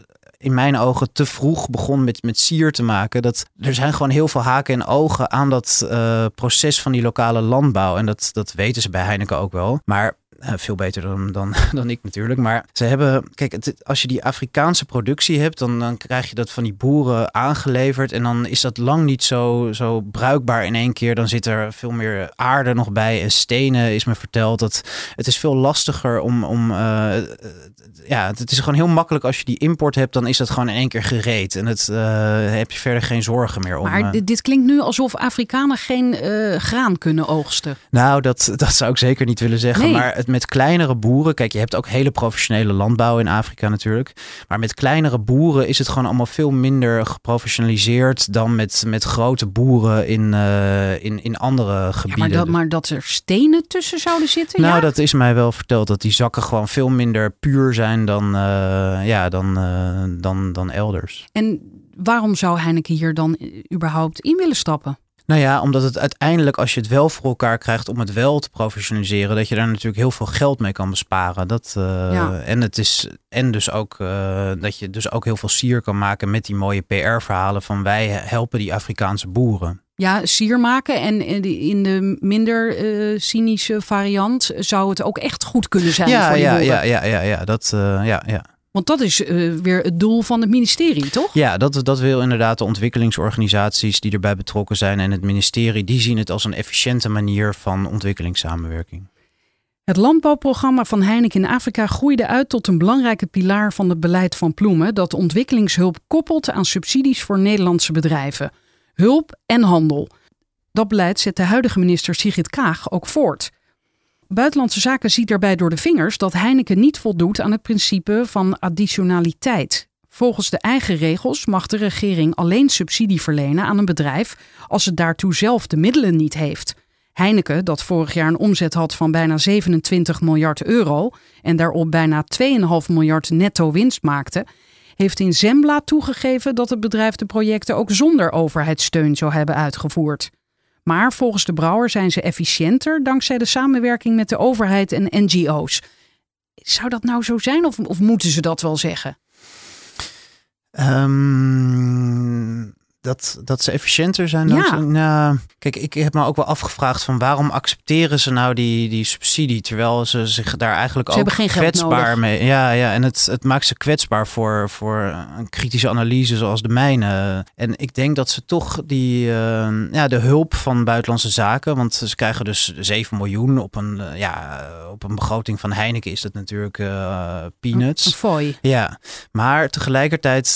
Speaker 5: in mijn ogen te vroeg begon met, met sier te maken. Dat, er zijn gewoon heel veel haken en ogen aan dat uh, proces van die lokale landbouw. En dat, dat weten ze bij Heineken ook wel. Maar... Uh, veel beter dan, dan, dan ik natuurlijk. Maar ze hebben... Kijk, het, als je die Afrikaanse productie hebt... Dan, dan krijg je dat van die boeren aangeleverd. En dan is dat lang niet zo, zo bruikbaar in één keer. Dan zit er veel meer aarde nog bij. En stenen is me verteld. Dat het is veel lastiger om... om uh, ja, het is gewoon heel makkelijk als je die import hebt. Dan is dat gewoon in één keer gereed. En het uh, heb je verder geen zorgen meer om.
Speaker 1: Maar uh, dit, dit klinkt nu alsof Afrikanen geen uh, graan kunnen oogsten.
Speaker 5: Nou, dat, dat zou ik zeker niet willen zeggen. Nee. Maar het met kleinere boeren... Kijk, je hebt ook hele professionele landbouw in Afrika natuurlijk. Maar met kleinere boeren is het gewoon allemaal veel minder geprofessionaliseerd... dan met, met grote boeren in, uh, in, in andere gebieden.
Speaker 1: Ja, maar, dat, maar dat er stenen tussen zouden zitten?
Speaker 5: Nou,
Speaker 1: ja?
Speaker 5: dat is mij wel verteld. Dat die zakken gewoon veel minder puur zijn dan, uh, ja, dan, uh, dan, dan elders.
Speaker 1: En waarom zou Heineken hier dan überhaupt in willen stappen?
Speaker 5: Nou ja, omdat het uiteindelijk, als je het wel voor elkaar krijgt om het wel te professionaliseren, dat je daar natuurlijk heel veel geld mee kan besparen. Dat, uh, ja. En het is en dus ook uh, dat je dus ook heel veel sier kan maken met die mooie P R-verhalen van wij helpen die Afrikaanse boeren.
Speaker 1: Ja, sier maken en in de minder uh, cynische variant zou het ook echt goed kunnen zijn
Speaker 5: ja,
Speaker 1: voor die
Speaker 5: ja,
Speaker 1: boeren.
Speaker 5: Ja, ja, ja, ja, dat, uh, ja, ja.
Speaker 1: Want dat is uh, weer het doel van het ministerie, toch?
Speaker 5: Ja, dat, dat wil inderdaad de ontwikkelingsorganisaties die erbij betrokken zijn en het ministerie, die zien het als een efficiënte manier van ontwikkelingssamenwerking.
Speaker 1: Het landbouwprogramma van Heineken in Afrika groeide uit tot een belangrijke pilaar van het beleid van Ploemen dat ontwikkelingshulp koppelt aan subsidies voor Nederlandse bedrijven. Hulp en handel. Dat beleid zet de huidige minister Sigrid Kaag ook voort. Buitenlandse Zaken ziet daarbij door de vingers dat Heineken niet voldoet aan het principe van additionaliteit. Volgens de eigen regels mag de regering alleen subsidie verlenen aan een bedrijf als het daartoe zelf de middelen niet heeft. Heineken, dat vorig jaar een omzet had van bijna zevenentwintig miljard euro en daarop bijna twee komma vijf miljard netto winst maakte, heeft in Zembla toegegeven dat het bedrijf de projecten ook zonder overheidssteun zou hebben uitgevoerd. Maar volgens de brouwer zijn ze efficiënter dankzij de samenwerking met de overheid en N G O's. Zou dat nou zo zijn of, of moeten ze dat wel zeggen?
Speaker 5: Um, dat, dat ze efficiënter zijn? Dan
Speaker 1: ja.
Speaker 5: Ze, nou, kijk, ik heb me ook wel afgevraagd van waarom accepteren ze nou die, die subsidie terwijl ze zich daar eigenlijk
Speaker 1: ze
Speaker 5: ook
Speaker 1: geen
Speaker 5: kwetsbaar mee. Ja, ja, en het, het maakt ze kwetsbaar voor, voor een kritische analyse zoals de mijne. En ik denk dat ze toch die, uh, ja, de hulp van buitenlandse zaken, want ze krijgen dus zeven miljoen op een, uh, ja, op een begroting van Heineken is dat natuurlijk uh, peanuts.
Speaker 1: Een fooi.
Speaker 5: Ja, maar tegelijkertijd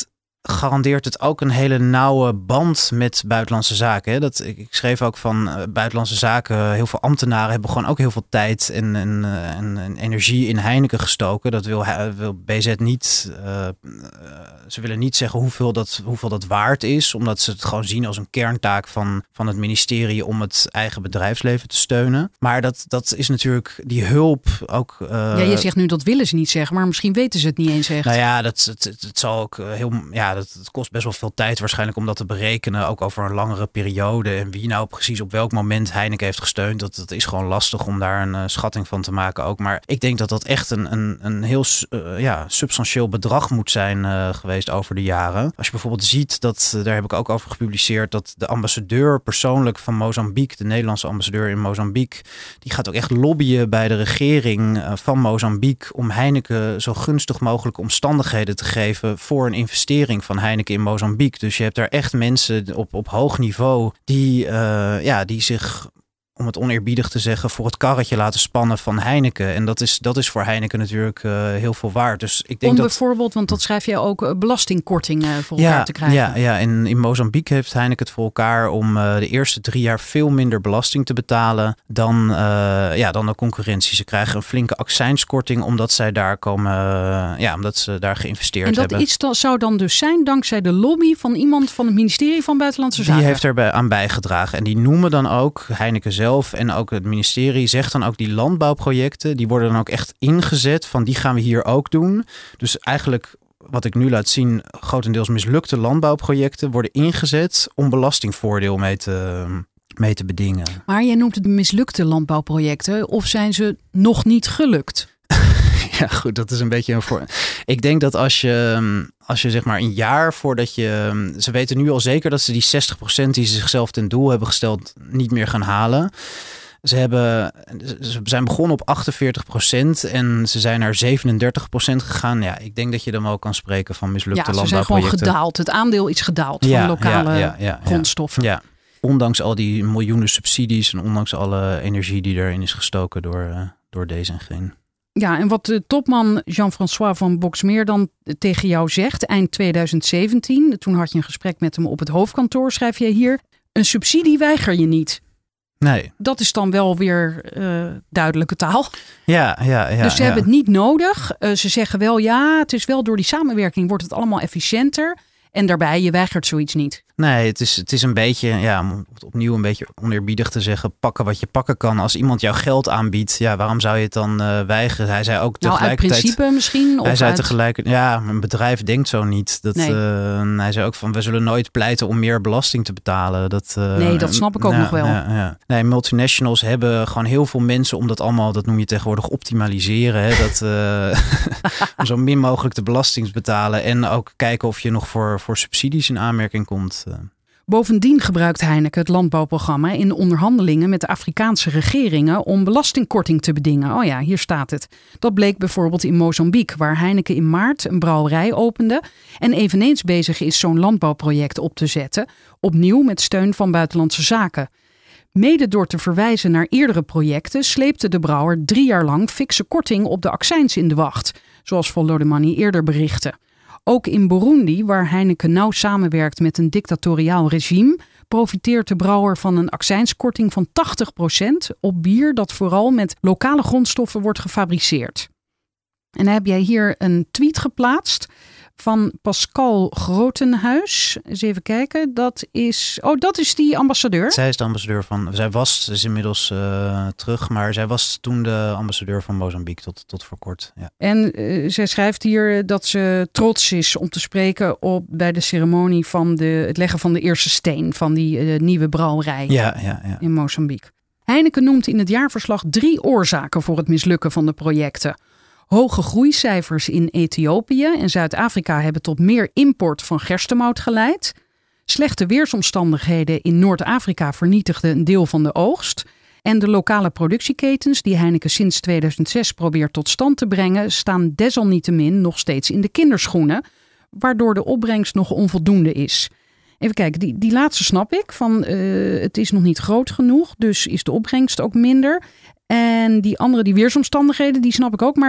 Speaker 5: garandeert het ook een hele nauwe band met buitenlandse zaken. Hè? Dat, ik, ik schreef ook van uh, buitenlandse zaken. Heel veel ambtenaren hebben gewoon ook heel veel tijd en, en, uh, en, en energie in Heineken gestoken. Dat wil, wil B Z niet. Uh, uh, ze willen niet zeggen hoeveel dat, hoeveel dat waard is. Omdat ze het gewoon zien als een kerntaak van, van het ministerie om het eigen bedrijfsleven te steunen. Maar dat, dat is natuurlijk die hulp ook. Uh,
Speaker 1: ja, je zegt nu dat willen ze niet zeggen, maar misschien weten ze het niet eens echt.
Speaker 5: Nou ja, dat, het, het, het zal ook heel. Ja, dat, het kost best wel veel tijd waarschijnlijk om dat te berekenen. Ook over een langere periode. En wie nou precies op welk moment Heineken heeft gesteund. Dat, dat is gewoon lastig om daar een uh, schatting van te maken ook. Maar ik denk dat dat echt een, een, een heel uh, ja, substantieel bedrag moet zijn uh, geweest over de jaren. Als je bijvoorbeeld ziet, dat uh, daar heb ik ook over gepubliceerd, dat de ambassadeur persoonlijk van Mozambique, de Nederlandse ambassadeur in Mozambique, die gaat ook echt lobbyen bij de regering uh, van Mozambique om Heineken zo gunstig mogelijke omstandigheden te geven voor een investering van Heineken in Mozambique. Dus je hebt daar echt mensen op, op hoog niveau die, uh, ja, die zich, om het oneerbiedig te zeggen, voor het karretje laten spannen van Heineken. En dat is, dat is voor Heineken natuurlijk uh, heel veel waard. Dus ik denk
Speaker 1: om
Speaker 5: dat
Speaker 1: bijvoorbeeld, want dat schrijf je ook, uh, belastingkortingen voor
Speaker 5: ja,
Speaker 1: elkaar te krijgen.
Speaker 5: Ja, ja. En in Mozambique heeft Heineken het voor elkaar om uh, de eerste drie jaar veel minder belasting te betalen dan, uh, ja, dan de concurrentie. Ze krijgen een flinke accijnskorting omdat zij daar komen, uh, ja, omdat ze daar geïnvesteerd
Speaker 1: hebben. En dat
Speaker 5: hebben.
Speaker 1: iets dan, zou dan dus zijn dankzij de lobby van iemand van het ministerie van Buitenlandse Zaken.
Speaker 5: Die heeft er aan bijgedragen. En die noemen dan ook Heineken zelf en ook het ministerie zegt dan ook die landbouwprojecten, die worden dan ook echt ingezet van die gaan we hier ook doen. Dus eigenlijk wat ik nu laat zien, grotendeels mislukte landbouwprojecten worden ingezet om belastingvoordeel mee te, mee te bedingen.
Speaker 1: Maar jij noemt het mislukte landbouwprojecten, of zijn ze nog niet gelukt?
Speaker 5: Ja, goed, dat is een beetje een voor. Ik denk dat als je, als je zeg maar een jaar voordat je. Ze weten nu al zeker dat ze die zestig procent die ze zichzelf ten doel hebben gesteld niet meer gaan halen. Ze, hebben, ze zijn begonnen op achtenveertig procent en ze zijn naar zevenendertig procent gegaan. Ja, ik denk dat je dan wel kan spreken van mislukte
Speaker 1: ja,
Speaker 5: landbouwprojecten.
Speaker 1: Ja, ze zijn gewoon gedaald. Het aandeel is gedaald
Speaker 5: ja,
Speaker 1: van lokale
Speaker 5: ja, ja, ja,
Speaker 1: grondstoffen.
Speaker 5: Ja, ondanks al die miljoenen subsidies en ondanks alle energie die erin is gestoken door, uh, door deze en geen.
Speaker 1: Ja, en wat de topman Jean-François van Boxmeer dan tegen jou zegt, eind tweeduizend zeventien, toen had je een gesprek met hem op het hoofdkantoor, schrijf je hier, een subsidie weiger je niet.
Speaker 5: Nee.
Speaker 1: Dat is dan wel weer uh, duidelijke taal.
Speaker 5: Ja, ja, ja.
Speaker 1: Dus ze
Speaker 5: ja.
Speaker 1: hebben het niet nodig. Uh, ze zeggen wel, ja, het is wel door die samenwerking wordt het allemaal efficiënter. En daarbij, je weigert zoiets niet.
Speaker 5: Nee, het is, het is een beetje, ja, om het opnieuw een beetje oneerbiedig te zeggen, pakken wat je pakken kan. Als iemand jou geld aanbiedt, ja, waarom zou je het dan uh, weigeren? Hij zei ook tegelijkertijd.
Speaker 1: Nou, uit principe misschien?
Speaker 5: Hij
Speaker 1: of
Speaker 5: zei
Speaker 1: uit...
Speaker 5: tegelijkertijd, ja, een bedrijf denkt zo niet. Dat,
Speaker 1: nee.
Speaker 5: uh, hij zei ook van, we zullen nooit pleiten om meer belasting te betalen. Dat, uh,
Speaker 1: nee, dat snap ik ook
Speaker 5: ja,
Speaker 1: nog wel.
Speaker 5: Ja, ja. Nee, multinationals hebben gewoon heel veel mensen om dat allemaal, dat noem je tegenwoordig optimaliseren. Hè? Dat, uh, om zo min mogelijk de belasting te betalen en ook kijken of je nog voor, voor subsidies in aanmerking komt. Uh.
Speaker 1: Bovendien gebruikt Heineken het landbouwprogramma in onderhandelingen met de Afrikaanse regeringen om belastingkorting te bedingen. Oh ja, hier staat het. Dat bleek bijvoorbeeld in Mozambique, waar Heineken in maart een brouwerij opende en eveneens bezig is zo'n landbouwproject op te zetten, opnieuw met steun van Buitenlandse Zaken. Mede door te verwijzen naar eerdere projecten sleepte de brouwer drie jaar lang fikse korting op de accijns in de wacht, zoals Follow the Money eerder berichtte. Ook in Burundi, waar Heineken nauw samenwerkt met een dictatoriaal regime, profiteert de brouwer van een accijnskorting van tachtig procent op bier dat vooral met lokale grondstoffen wordt gefabriceerd. En dan heb jij hier een tweet geplaatst van Pascal Grotenhuis. Eens even kijken. Dat is, oh, dat is die ambassadeur.
Speaker 5: Zij is de ambassadeur van. Zij was is inmiddels uh, terug, maar zij was toen de ambassadeur van Mozambique tot, tot voor kort. Ja.
Speaker 1: En uh, zij schrijft hier dat ze trots is om te spreken op bij de ceremonie van de, het leggen van de eerste steen van die uh, nieuwe brouwerij
Speaker 5: ja, ja, ja.
Speaker 1: in Mozambique. Heineken noemt in het jaarverslag drie oorzaken voor het mislukken van de projecten. Hoge groeicijfers in Ethiopië en Zuid-Afrika hebben tot meer import van gerstemout geleid. Slechte weersomstandigheden in Noord-Afrika vernietigden een deel van de oogst. En de lokale productieketens die Heineken sinds tweeduizend zes probeert tot stand te brengen, staan desalniettemin nog steeds in de kinderschoenen, waardoor de opbrengst nog onvoldoende is. Even kijken, die, die laatste snap ik, van uh, het is nog niet groot genoeg, dus is de opbrengst ook minder. En die andere, die weersomstandigheden, die snap ik ook. Maar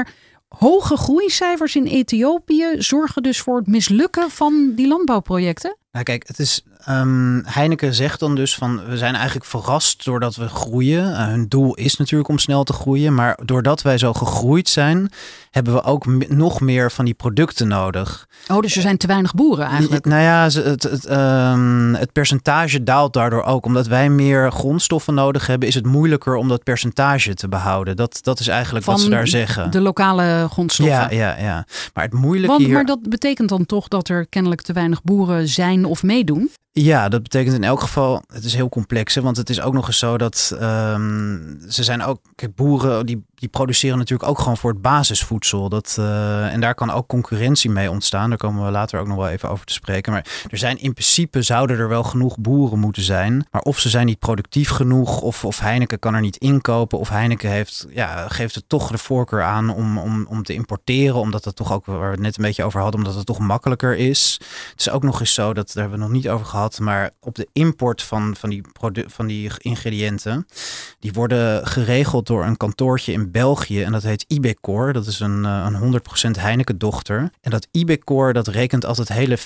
Speaker 1: Hoge groeicijfers in Ethiopië zorgen dus voor het mislukken van die landbouwprojecten?
Speaker 5: Nou kijk, het is, um, Heineken zegt dan dus van we zijn eigenlijk verrast doordat we groeien. Uh, hun doel is natuurlijk om snel te groeien. Maar doordat wij zo gegroeid zijn, hebben we ook m- nog meer van die producten nodig.
Speaker 1: Oh, dus er zijn te weinig boeren eigenlijk?
Speaker 5: Nou ja, het, het, um, het percentage daalt daardoor ook. Omdat wij meer grondstoffen nodig hebben, is het moeilijker om dat percentage te behouden. Dat, dat is eigenlijk
Speaker 1: van
Speaker 5: wat ze daar zeggen.
Speaker 1: De lokale grondstoffen?
Speaker 5: Ja, ja, ja. Maar het moeilijke
Speaker 1: Want,
Speaker 5: hier...
Speaker 1: Maar dat betekent dan toch dat er kennelijk te weinig boeren zijn of meedoen?
Speaker 5: Ja, dat betekent in elk geval, het is heel complex. Hè, want het is ook nog eens zo dat um, ze zijn ook, kijk, boeren die, die produceren natuurlijk ook gewoon voor het basisvoedsel. Dat, uh, en daar kan ook concurrentie mee ontstaan. Daar komen we later ook nog wel even over te spreken. Maar er zijn in principe, zouden er wel genoeg boeren moeten zijn. Maar of ze zijn niet productief genoeg, of, of Heineken kan er niet inkopen. Of Heineken heeft, ja, geeft het toch de voorkeur aan om, om, om te importeren. Omdat het toch ook, waar we het net een beetje over hadden, omdat het toch makkelijker is. Het is ook nog eens zo, dat daar hebben we nog niet over gehad. Maar op de import van, van, die produ- van die ingrediënten, die worden geregeld door een kantoortje in België. En dat heet Ibecor. Dat is een, een honderd procent Heineken dochter. En dat Ibecor, dat rekent altijd hele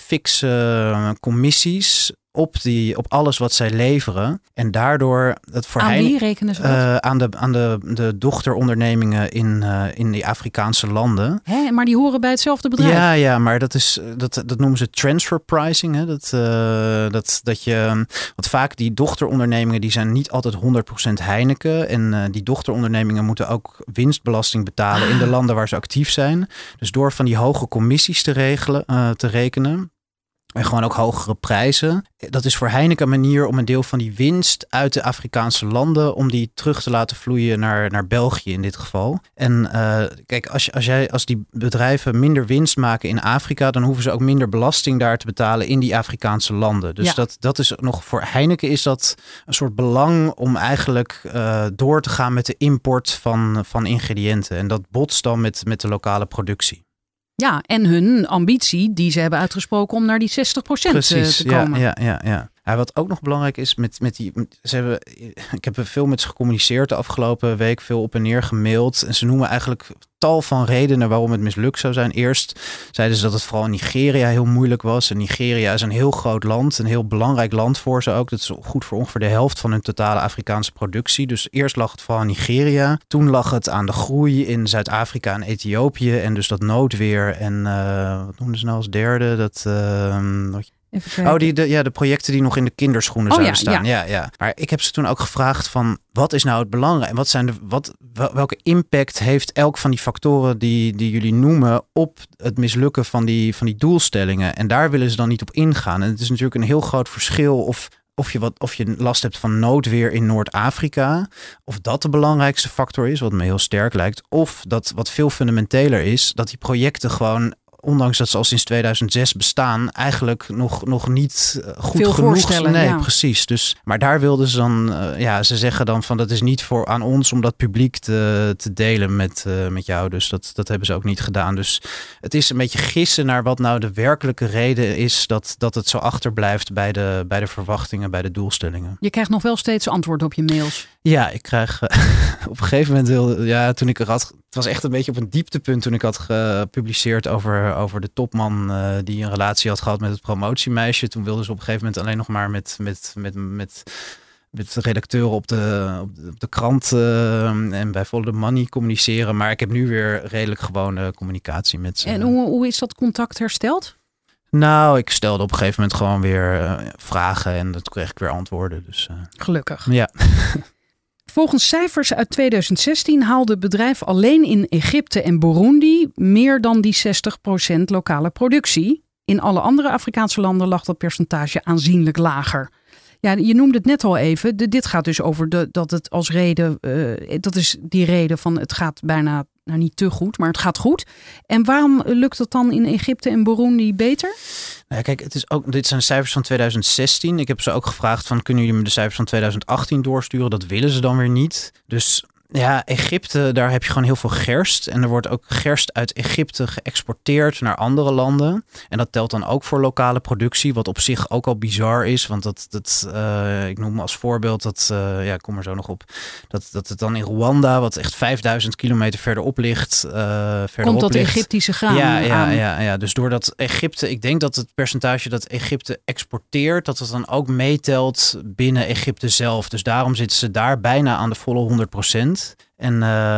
Speaker 5: fixe commissies op, die, op alles wat zij leveren. En daardoor... Dat voor
Speaker 1: aan
Speaker 5: Heineken,
Speaker 1: wie rekenen ze dat?
Speaker 5: Uh, aan de, aan de, de dochterondernemingen in, uh, in die Afrikaanse landen.
Speaker 1: Hè, maar die horen bij hetzelfde bedrijf?
Speaker 5: Ja, ja, maar dat, is, dat, dat noemen ze transfer pricing. Hè? Dat, uh, dat, dat je, want vaak die dochterondernemingen die zijn niet altijd honderd procent Heineken. En uh, die dochterondernemingen moeten ook winstbelasting betalen ah. in de landen waar ze actief zijn. Dus door van die hoge commissies te, regelen, uh, te rekenen... En gewoon ook hogere prijzen. Dat is voor Heineken een manier om een deel van die winst uit de Afrikaanse landen, om die terug te laten vloeien naar, naar België in dit geval. En uh, kijk, als, als, jij, als die bedrijven minder winst maken in Afrika, dan hoeven ze ook minder belasting daar te betalen in die Afrikaanse landen. Dus ja. dat, dat is nog voor Heineken is dat een soort belang om eigenlijk uh, door te gaan met de import van, van ingrediënten. En dat botst dan met, met de lokale productie.
Speaker 1: Ja, en hun ambitie die ze hebben uitgesproken om naar die zestig procent
Speaker 5: Precies,
Speaker 1: te komen.
Speaker 5: Ja, ja, ja, ja. Ja, wat ook nog belangrijk is met, met die. Ze hebben, ik heb veel met ze gecommuniceerd de afgelopen week, veel op en neer gemaild. En ze noemen eigenlijk tal van redenen waarom het mislukt zou zijn. Eerst zeiden ze dat het vooral in Nigeria heel moeilijk was. En Nigeria is een heel groot land, een heel belangrijk land voor ze ook. Dat is goed voor ongeveer de helft van hun totale Afrikaanse productie. Dus eerst lag het vooral in Nigeria. Toen lag het aan de groei in Zuid-Afrika en Ethiopië. En dus dat noodweer. En uh, wat noemden ze nou als derde? Dat. Uh, Oh, die, de, ja, de projecten die nog in de kinderschoenen
Speaker 1: oh,
Speaker 5: zouden
Speaker 1: ja,
Speaker 5: staan.
Speaker 1: Ja.
Speaker 5: Ja, ja. Maar ik heb ze toen ook gevraagd van, wat is nou het belangrijke? Wat zijn de, wat, welke impact heeft elk van die factoren die, die jullie noemen op het mislukken van die, van die doelstellingen? En daar willen ze dan niet op ingaan. En het is natuurlijk een heel groot verschil of... Of je, wat, of je last hebt van noodweer in Noord-Afrika. Of dat de belangrijkste factor is, wat me heel sterk lijkt. Of dat wat veel fundamenteler is, dat die projecten gewoon, ondanks dat ze al sinds tweeduizend zes bestaan, eigenlijk nog, nog niet goed
Speaker 1: veel
Speaker 5: genoeg
Speaker 1: voorstellen.
Speaker 5: Nee,
Speaker 1: ja.
Speaker 5: precies. Dus, maar daar wilden ze dan, uh, ja, ze zeggen dan van dat is niet voor aan ons om dat publiek te, te delen met, uh, met jou. Dus dat, dat hebben ze ook niet gedaan. Dus het is een beetje gissen naar wat nou de werkelijke reden is dat, dat het zo achterblijft bij de, bij de verwachtingen, bij de doelstellingen.
Speaker 1: Je krijgt nog wel steeds antwoord op je mails.
Speaker 5: Ja, ik krijg uh, op een gegeven moment heel, ja, toen ik er had, het was echt een beetje op een dieptepunt toen ik had gepubliceerd over, over de topman uh, die een relatie had gehad met het promotiemeisje. Toen wilden ze op een gegeven moment alleen nog maar met, met, met, met, met redacteuren op de, op de, op de krant uh, en bij Follow the Money communiceren. Maar ik heb nu weer redelijk gewone communicatie met ze.
Speaker 1: En hoe, hoe is dat contact hersteld?
Speaker 5: Nou, ik stelde op een gegeven moment gewoon weer uh, vragen en dat kreeg ik weer antwoorden. Dus, uh,
Speaker 1: Gelukkig.
Speaker 5: Ja.
Speaker 1: Volgens cijfers uit tweeduizend zestien haalde het bedrijf alleen in Egypte en Burundi meer dan die zestig procent lokale productie. In alle andere Afrikaanse landen lag dat percentage aanzienlijk lager. Ja, je noemde het net al even. De, dit gaat dus over de, dat het als reden, uh, dat is die reden van het gaat bijna, nou niet te goed, maar het gaat goed. En waarom lukt het dan in Egypte en Burundi beter?
Speaker 5: Nou, kijk, het is ook, dit zijn cijfers van tweeduizend zestien. Ik heb ze ook gevraagd van, kunnen jullie me de cijfers van tweeduizend achttien doorsturen? Dat willen ze dan weer niet. Dus Ja, Egypte, daar heb je gewoon heel veel gerst. En er wordt ook gerst uit Egypte geëxporteerd naar andere landen. En dat telt dan ook voor lokale productie, wat op zich ook al bizar is. Want dat, dat uh, ik noem als voorbeeld, dat, uh, ja, ik kom er zo nog op, dat, dat het dan in Rwanda, wat echt vijfduizend kilometer verderop ligt. Uh, verderop
Speaker 1: Komt dat
Speaker 5: ligt.
Speaker 1: Egyptische graan
Speaker 5: ja, ja,
Speaker 1: aan?
Speaker 5: Ja, ja, dus doordat Egypte, ik denk dat het percentage dat Egypte exporteert, dat het dan ook meetelt binnen Egypte zelf. Dus daarom zitten ze daar bijna aan de volle honderd procent. En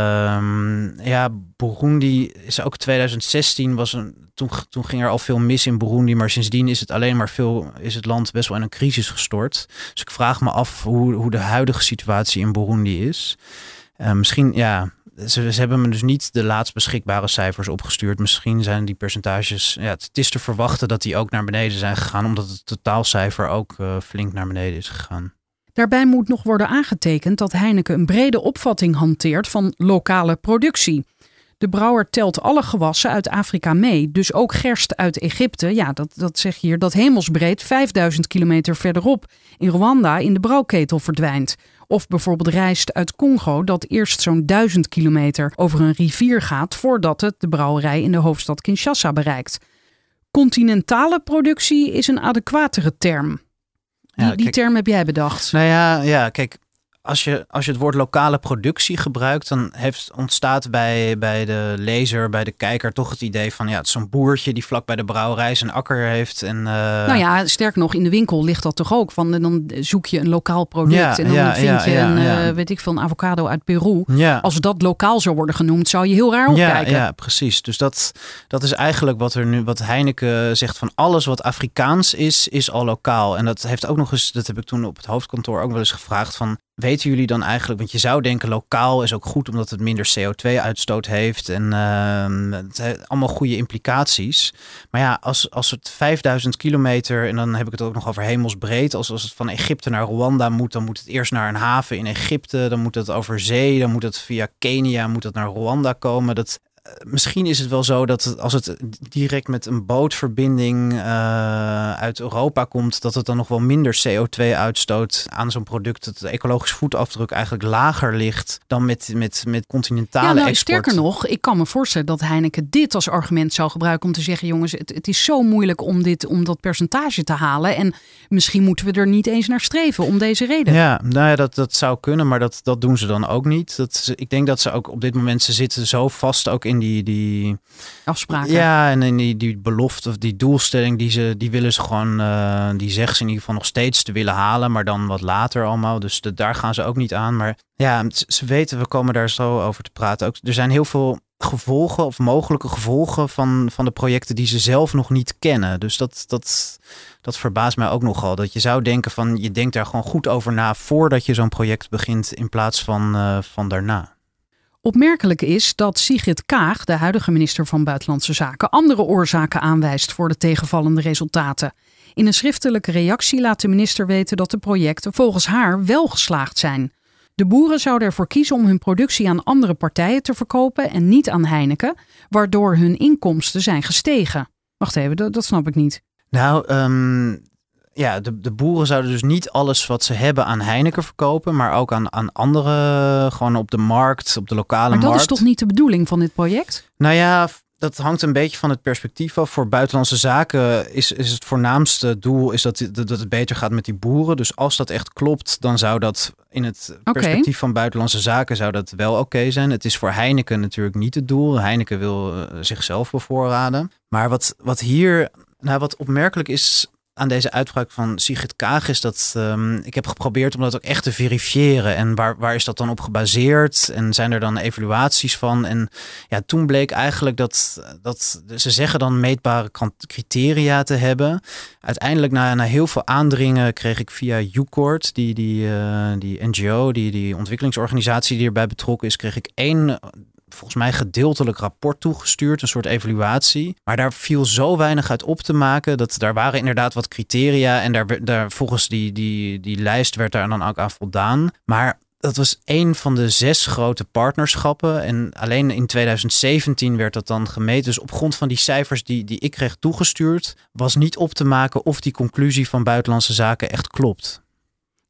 Speaker 5: uh, ja, Burundi is ook tweeduizend zestien, was een, toen, toen ging er al veel mis in Burundi, maar sindsdien is het alleen maar veel, is het land best wel in een crisis gestort. Dus ik vraag me af hoe, hoe de huidige situatie in Burundi is. Uh, misschien, ja, ze, ze hebben me dus niet de laatst beschikbare cijfers opgestuurd. Misschien zijn die percentages, ja, het is te verwachten dat die ook naar beneden zijn gegaan, omdat het totaalcijfer ook uh, flink naar beneden is gegaan.
Speaker 1: Daarbij moet nog worden aangetekend dat Heineken een brede opvatting hanteert van lokale productie. De brouwer telt alle gewassen uit Afrika mee, dus ook gerst uit Egypte. Ja, dat, dat zeg je hier, dat hemelsbreed vijfduizend kilometer verderop in Rwanda in de brouwketel verdwijnt. Of bijvoorbeeld rijst uit Congo, dat eerst zo'n duizend kilometer over een rivier gaat voordat het de brouwerij in de hoofdstad Kinshasa bereikt. Continentale productie is een adequatere term. Die,
Speaker 5: Ja,
Speaker 1: die
Speaker 5: kijk,
Speaker 1: term heb jij bedacht.
Speaker 5: Nou ja, ja kijk, als je, als je het woord lokale productie gebruikt, dan heeft, ontstaat bij, bij de lezer, bij de kijker toch het idee van, ja, het is zo'n boertje die vlak bij de brouwerij zijn akker heeft. En, uh...
Speaker 1: Nou ja, sterker nog, in de winkel ligt dat toch ook. Van, dan zoek je een lokaal product
Speaker 5: Ja,
Speaker 1: en dan
Speaker 5: ja,
Speaker 1: vind
Speaker 5: ja,
Speaker 1: je
Speaker 5: ja,
Speaker 1: een,
Speaker 5: ja.
Speaker 1: uh, weet ik veel, een avocado uit Peru.
Speaker 5: Ja.
Speaker 1: Als dat lokaal zou worden genoemd, zou je heel raar
Speaker 5: Ja,
Speaker 1: opkijken.
Speaker 5: ja, precies. Dus dat, dat is eigenlijk wat er nu, wat Heineken zegt, van alles wat Afrikaans is, is al lokaal. En dat heeft ook nog eens, dat heb ik toen op het hoofdkantoor ook wel eens gevraagd van, weten jullie dan eigenlijk, want je zou denken lokaal is ook goed omdat het minder C O twee uitstoot heeft en uh, het heeft allemaal goede implicaties. Maar ja, als, als het vijfduizend kilometer, en dan heb ik het ook nog over hemelsbreed, als, als het van Egypte naar Rwanda moet, dan moet het eerst naar een haven in Egypte, dan moet het over zee, dan moet het via Kenia, moet het naar Rwanda komen. Dat Misschien is het wel zo dat het, als het direct met een bootverbinding uh, uit Europa komt, dat het dan nog wel minder C O twee uitstoot aan zo'n product. Dat de ecologische voetafdruk eigenlijk lager ligt dan met, met, met continentale
Speaker 1: ja, nou,
Speaker 5: export.
Speaker 1: Sterker nog, ik kan me voorstellen dat Heineken dit als argument zou gebruiken om te zeggen, jongens, het, het is zo moeilijk om, dit, om dat percentage te halen. En misschien moeten we er niet eens naar streven om deze reden.
Speaker 5: Ja, nou ja, dat, dat zou kunnen, maar dat, dat doen ze dan ook niet. Dat, ik denk dat ze ook op dit moment, ze zitten zo vast ook in die, die
Speaker 1: afspraken.
Speaker 5: Ja, en in die, die belofte of die doelstelling, die ze, die willen ze gewoon, uh, die zeggen ze in ieder geval nog steeds te willen halen, maar dan wat later allemaal. Dus de, daar gaan ze ook niet aan. Maar ja, ze weten, we komen daar zo over te praten. Ook, er zijn heel veel gevolgen of mogelijke gevolgen van, van de projecten die ze zelf nog niet kennen. Dus dat, dat, dat verbaast mij ook nogal. Dat je zou denken van, je denkt daar gewoon goed over na voordat je zo'n project begint in plaats van, uh, van daarna.
Speaker 1: Opmerkelijk is dat Sigrid Kaag, de huidige minister van Buitenlandse Zaken, andere oorzaken aanwijst voor de tegenvallende resultaten. In een schriftelijke reactie laat de minister weten dat de projecten volgens haar wel geslaagd zijn. De boeren zouden ervoor kiezen om hun productie aan andere partijen te verkopen en niet aan Heineken, waardoor hun inkomsten zijn gestegen. Wacht even, dat, dat snap ik niet.
Speaker 5: Nou, um, ja, de, de boeren zouden dus niet alles wat ze hebben aan Heineken verkopen, maar ook aan, aan andere, gewoon op de markt, op de lokale markt.
Speaker 1: Maar dat markt. Is toch niet de bedoeling van dit project?
Speaker 5: Nou ja, dat hangt een beetje van het perspectief af. Voor buitenlandse zaken is, is het voornaamste doel is dat, dat het beter gaat met die boeren. Dus als dat echt klopt, dan zou dat in het perspectief okay. van buitenlandse zaken zou dat wel oké okay zijn. Het is voor Heineken natuurlijk niet het doel. Heineken wil uh, zichzelf bevoorraden. Maar wat, wat hier, nou wat opmerkelijk is aan deze uitspraak van Sigrid Kaag is dat um, ik heb geprobeerd om dat ook echt te verifiëren. En waar, waar is dat dan op gebaseerd? En zijn er dan evaluaties van? En ja, toen bleek eigenlijk dat, dat ze zeggen dan meetbare criteria te hebben. Uiteindelijk na, na heel veel aandringen kreeg ik via UCORD, die, die, uh, die N G O, die, die ontwikkelingsorganisatie die erbij betrokken is, kreeg ik één volgens mij gedeeltelijk rapport toegestuurd, een soort evaluatie. Maar daar viel zo weinig uit op te maken, dat daar waren inderdaad wat criteria en daar, daar volgens die, die, die lijst werd daar dan ook aan voldaan. Maar dat was één van de zes grote partnerschappen en alleen in tweeduizend zeventien werd dat dan gemeten. Dus op grond van die cijfers die, die ik kreeg toegestuurd, was niet op te maken of die conclusie van Buitenlandse Zaken echt klopt.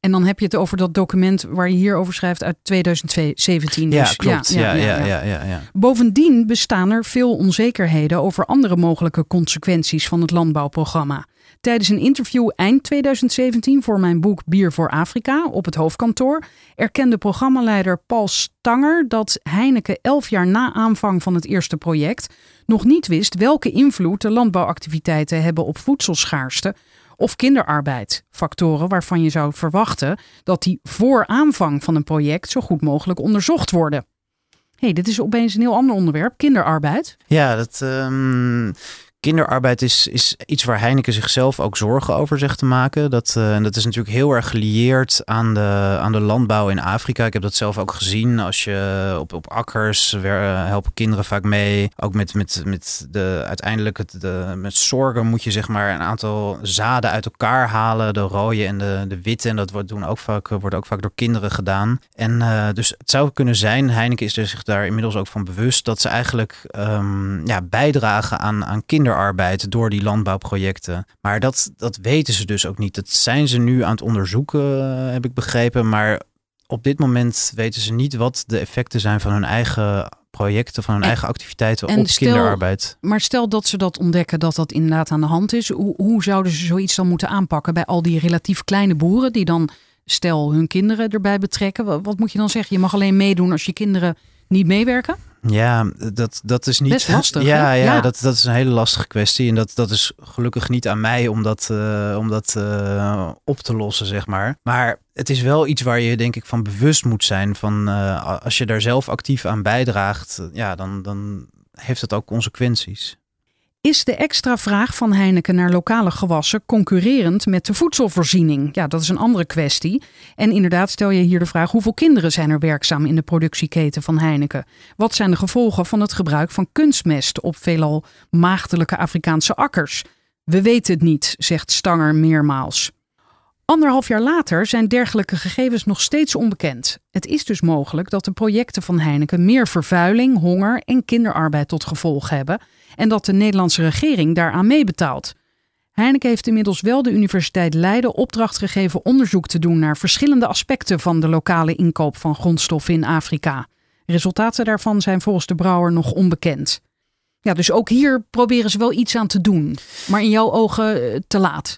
Speaker 1: En dan heb je het over dat document waar je hier over schrijft uit twintig zeventien. Dus,
Speaker 5: ja, klopt. Ja, ja, ja, ja, ja, ja, ja.
Speaker 1: Bovendien bestaan er veel onzekerheden over andere mogelijke consequenties van het landbouwprogramma. Tijdens een interview eind twintig zeventien voor mijn boek Bier voor Afrika op het hoofdkantoor erkende programmaleider Paul Stanger dat Heineken elf jaar na aanvang van het eerste project nog niet wist welke invloed de landbouwactiviteiten hebben op voedselschaarste of kinderarbeid. Factoren waarvan je zou verwachten dat die voor aanvang van een project zo goed mogelijk onderzocht worden. Hé, hey, dit is opeens een heel ander onderwerp, kinderarbeid.
Speaker 5: Ja, dat... Um... Kinderarbeid is, is iets waar Heineken zichzelf ook zorgen over zegt te maken. Dat, uh, dat is natuurlijk heel erg gelieerd aan de, aan de landbouw in Afrika. Ik heb dat zelf ook gezien. Als je op, op akkers weer, uh, helpen kinderen vaak mee. Ook met, met, met de uiteindelijk het, de, met sorghum moet je zeg maar een aantal zaden uit elkaar halen. De rode en de, de witte. En dat wordt, doen ook vaak, wordt ook vaak door kinderen gedaan. En uh, dus het zou kunnen zijn, Heineken is er zich daar inmiddels ook van bewust, dat ze eigenlijk um, ja, bijdragen aan, aan kinderarbeid. Arbeid door die landbouwprojecten. Maar dat, dat weten ze dus ook niet. Dat zijn ze nu aan het onderzoeken, heb ik begrepen. Maar op dit moment weten ze niet wat de effecten zijn van hun eigen projecten, van hun en, eigen activiteiten op stel, kinderarbeid.
Speaker 1: Maar stel dat ze dat ontdekken, dat dat inderdaad aan de hand is. Hoe, hoe zouden ze zoiets dan moeten aanpakken bij al die relatief kleine boeren die dan stel hun kinderen erbij betrekken? Wat, wat moet je dan zeggen? Je mag alleen meedoen als je kinderen niet meewerken?
Speaker 5: Ja, dat, dat is niet...
Speaker 1: Best lastig,
Speaker 5: ja,
Speaker 1: hè?
Speaker 5: ja,
Speaker 1: ja.
Speaker 5: Dat, dat is een hele lastige kwestie. En dat, dat is gelukkig niet aan mij om dat, uh, om dat uh, op te lossen, zeg maar. Maar het is wel iets waar je denk ik van bewust moet zijn. Van uh, als je daar zelf actief aan bijdraagt, ja, dan, dan heeft dat ook consequenties.
Speaker 1: Is de extra vraag van Heineken naar lokale gewassen concurrerend met de voedselvoorziening? Ja, dat is een andere kwestie. En inderdaad stel je hier de vraag, hoeveel kinderen zijn er werkzaam in de productieketen van Heineken? Wat zijn de gevolgen van het gebruik van kunstmest op veelal maagdelijke Afrikaanse akkers? We weten het niet, zegt Stanger meermaals. Anderhalf jaar later zijn dergelijke gegevens nog steeds onbekend. Het is dus mogelijk dat de projecten van Heineken meer vervuiling, honger en kinderarbeid tot gevolg hebben en dat de Nederlandse regering daaraan meebetaalt. Heineken heeft inmiddels wel de Universiteit Leiden opdracht gegeven onderzoek te doen naar verschillende aspecten van de lokale inkoop van grondstoffen in Afrika. Resultaten daarvan zijn volgens de brouwer nog onbekend. Ja, dus ook hier proberen ze wel iets aan te doen, maar in jouw ogen te laat.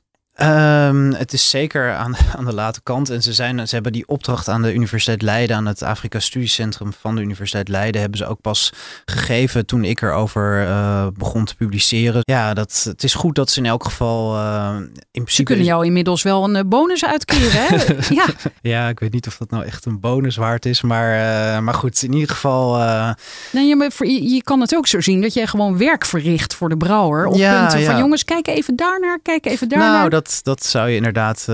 Speaker 5: Um, het is zeker aan, aan de late kant. En ze, zijn, ze hebben die opdracht aan de Universiteit Leiden, aan het Afrika Studiecentrum van de Universiteit Leiden, hebben ze ook pas gegeven toen ik erover uh, begon te publiceren. Ja, dat, het is goed dat ze in elk geval uh, in principe...
Speaker 1: Ze kunnen jou inmiddels wel een uh, bonus uitkeren, hè? Ja.
Speaker 5: Ja, ik weet niet of dat nou echt een bonus waard is, maar, uh, maar goed, in ieder geval... Uh...
Speaker 1: Nee, maar voor, je, je kan het ook zo zien dat jij gewoon werk verricht voor de brouwer op
Speaker 5: ja,
Speaker 1: punten
Speaker 5: ja.
Speaker 1: van jongens, kijk even daarnaar, kijk even daarnaar.
Speaker 5: Nou, dat Dat, dat zou je inderdaad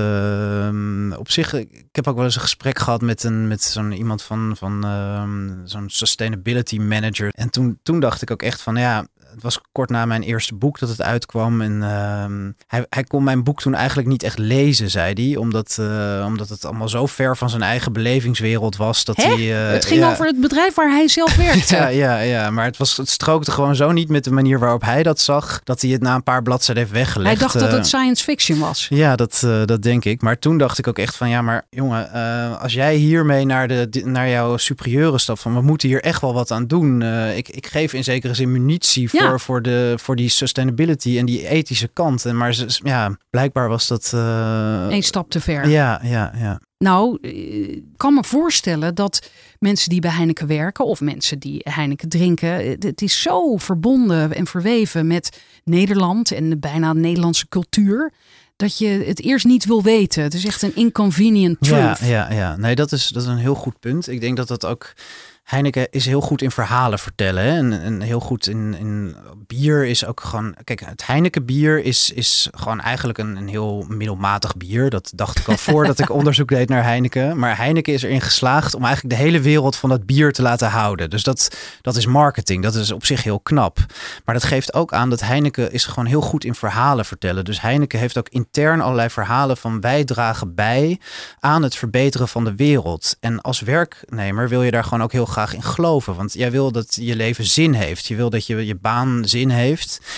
Speaker 5: uh, op zich... Ik heb ook wel eens een gesprek gehad met, een, met zo'n iemand van, van uh, zo'n sustainability manager. En toen, toen dacht ik ook echt van ja... Het was kort na mijn eerste boek dat het uitkwam. En uh, hij, hij kon mijn boek toen eigenlijk niet echt lezen, zei hij. Omdat, uh, omdat het allemaal zo ver van zijn eigen belevingswereld was. Dat
Speaker 1: Hè?
Speaker 5: hij, uh,
Speaker 1: het ging
Speaker 5: ja,
Speaker 1: over het bedrijf waar hij zelf werkte.
Speaker 5: ja, ja, ja, maar het, was, het strookte gewoon zo niet met de manier waarop hij dat zag. Dat hij het na een paar bladzijden heeft weggelegd.
Speaker 1: Hij dacht dat het science fiction was.
Speaker 5: Ja, dat, uh, dat denk ik. Maar toen dacht ik ook echt van ja, maar jongen, uh, als jij hiermee naar, de, naar jouw superieuren stapt van we moeten hier echt wel wat aan doen. Uh, ik, ik geef in zekere zin munitie voor,
Speaker 1: ja.
Speaker 5: voor, de, voor die sustainability en die ethische kant. En maar ja, blijkbaar was dat... Uh,
Speaker 1: Eén stap te ver.
Speaker 5: Ja, ja, ja.
Speaker 1: Nou, ik kan me voorstellen dat mensen die bij Heineken werken of mensen die Heineken drinken, het is zo verbonden en verweven met Nederland en bijna Nederlandse cultuur, dat je het eerst niet wil weten. Het is echt een inconvenient truth.
Speaker 5: Ja, ja, ja. Nee, dat is, dat is een heel goed punt. Ik denk dat dat ook... Heineken is heel goed in verhalen vertellen. Hè? En, en heel goed in, in bier is ook gewoon... Kijk, het Heineken bier is, is gewoon eigenlijk een, een heel middelmatig bier. Dat dacht ik al voordat ik onderzoek deed naar Heineken. Maar Heineken is erin geslaagd om eigenlijk de hele wereld van dat bier te laten houden. Dus dat, dat is marketing. Dat is op zich heel knap. Maar dat geeft ook aan dat Heineken is gewoon heel goed in verhalen vertellen. Dus Heineken heeft ook intern allerlei verhalen van wij dragen bij aan het verbeteren van de wereld. En als werknemer wil je daar gewoon ook heel graag in geloven. Want jij wil dat je leven zin heeft. Je wil dat je, je baan zin heeft.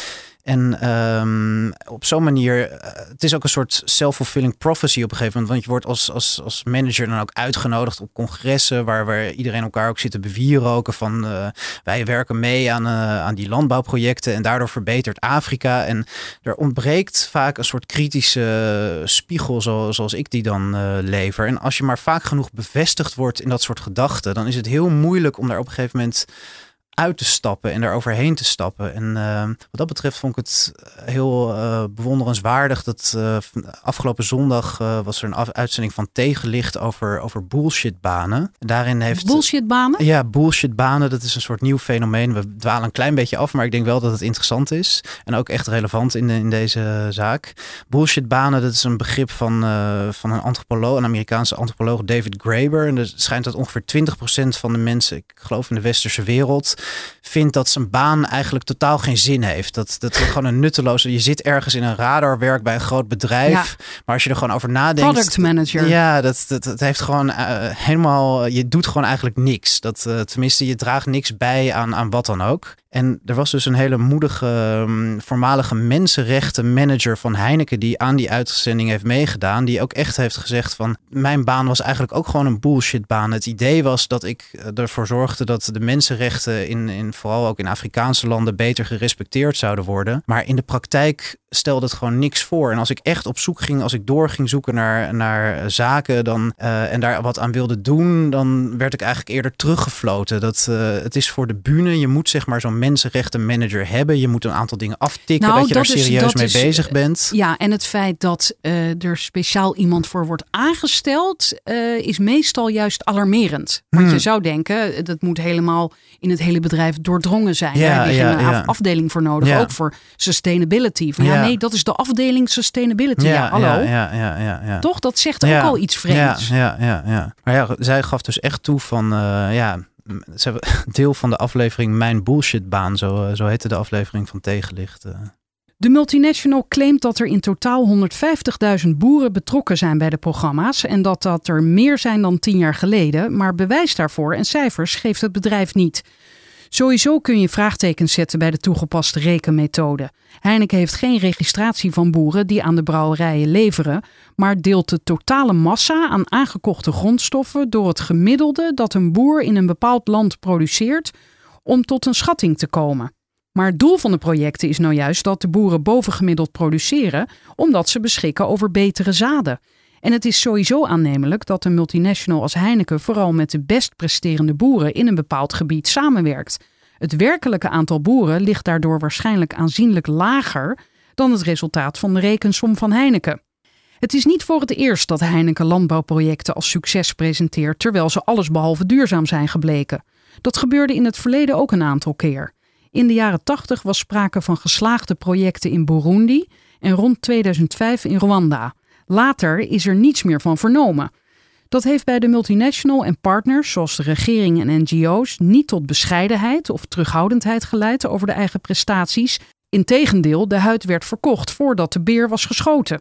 Speaker 5: En um, op zo'n manier, uh, het is ook een soort self-fulfilling prophecy op een gegeven moment. Want je wordt als, als, als manager dan ook uitgenodigd op congressen waar, waar iedereen elkaar ook zit te bewieroken van uh, wij werken mee aan, uh, aan die landbouwprojecten en daardoor verbetert Afrika. En er ontbreekt vaak een soort kritische spiegel zoals, zoals ik die dan uh, lever. En als je maar vaak genoeg bevestigd wordt in dat soort gedachten, dan is het heel moeilijk om daar op een gegeven moment uit te stappen en daar overheen te stappen. En uh, wat dat betreft vond ik het heel uh, bewonderenswaardig dat uh, afgelopen zondag uh, was er een af- uitzending van Tegenlicht over, over bullshitbanen. Daarin heeft
Speaker 1: bullshitbanen?
Speaker 5: Ja, bullshitbanen, dat is een soort nieuw fenomeen. We dwalen een klein beetje af, maar ik denk wel dat het interessant is en ook echt relevant in, de, in deze zaak. Bullshitbanen, dat is een begrip van, uh, van een antropoloog, een Amerikaanse antropoloog, David Graeber. En het schijnt dat ongeveer twintig procent van de mensen, ik geloof in de westerse wereld, vindt dat zijn baan eigenlijk totaal geen zin heeft. Dat, dat is gewoon een nutteloze. Je zit ergens in een radarwerk bij een groot bedrijf. Ja. Maar als je er gewoon over nadenkt.
Speaker 1: Product manager.
Speaker 5: Ja, dat, dat, dat heeft gewoon uh, helemaal. Je doet gewoon eigenlijk niks. Dat, uh, tenminste, je draagt niks bij aan, aan wat dan ook. En er was dus een hele moedige, um, voormalige mensenrechtenmanager van Heineken die aan die uitzending heeft meegedaan. Die ook echt heeft gezegd van, mijn baan was eigenlijk ook gewoon een bullshitbaan. Het idee was dat ik ervoor zorgde dat de mensenrechten in, in vooral ook in Afrikaanse landen beter gerespecteerd zouden worden. Maar in de praktijk stelde het gewoon niks voor. En als ik echt op zoek ging, als ik door ging zoeken naar, naar zaken dan, uh, en daar wat aan wilde doen, dan werd ik eigenlijk eerder teruggefloten. Dat, uh, het is voor de bühne, je moet zeg maar zo'n mensenrechtenmanager hebben. Je moet een aantal dingen aftikken,
Speaker 1: nou,
Speaker 5: dat je
Speaker 1: dat
Speaker 5: daar
Speaker 1: is,
Speaker 5: serieus mee
Speaker 1: is,
Speaker 5: bezig bent.
Speaker 1: Ja, en het feit dat uh, er speciaal iemand voor wordt aangesteld, uh, is meestal juist alarmerend. Want hmm. je zou denken, dat moet helemaal in het hele bedrijf doordrongen zijn.
Speaker 5: Ja,
Speaker 1: Daar heb je
Speaker 5: ja,
Speaker 1: een
Speaker 5: ja.
Speaker 1: afdeling voor nodig, ja. ook voor sustainability. Van, ja,
Speaker 5: ja,
Speaker 1: nee, dat is de afdeling sustainability. Ja, ja hallo.
Speaker 5: Ja, ja, ja, ja, ja.
Speaker 1: Toch? Dat zegt
Speaker 5: ja.
Speaker 1: ook al iets vreemds.
Speaker 5: Ja, ja, ja, ja. Maar ja, zij gaf dus echt toe van, uh, ja, ze hebben deel van de aflevering Mijn Bullshitbaan, zo, zo heette de aflevering van Tegenlicht. Uh.
Speaker 1: De multinational claimt dat er in totaal honderdvijftigduizend boeren betrokken zijn bij de programma's en dat dat er meer zijn dan tien jaar geleden, maar bewijs daarvoor en cijfers geeft het bedrijf niet. Sowieso kun je vraagtekens zetten bij de toegepaste rekenmethode. Heineken heeft geen registratie van boeren die aan de brouwerijen leveren, maar deelt de totale massa aan aangekochte grondstoffen door het gemiddelde dat een boer in een bepaald land produceert om tot een schatting te komen. Maar het doel van de projecten is nou juist dat de boeren bovengemiddeld produceren omdat ze beschikken over betere zaden. En het is sowieso aannemelijk dat een multinational als Heineken vooral met de best presterende boeren in een bepaald gebied samenwerkt. Het werkelijke aantal boeren ligt daardoor waarschijnlijk aanzienlijk lager dan het resultaat van de rekensom van Heineken. Het is niet voor het eerst dat Heineken landbouwprojecten als succes presenteert, terwijl ze allesbehalve duurzaam zijn gebleken. Dat gebeurde in het verleden ook een aantal keer. In de jaren tachtig was sprake van geslaagde projecten in Burundi en rond tweeduizend vijf in Rwanda. Later is er niets meer van vernomen. Dat heeft bij de multinational en partners, zoals de regering en N G O's, niet tot bescheidenheid of terughoudendheid geleid over de eigen prestaties. Integendeel, de huid werd verkocht voordat de beer was geschoten.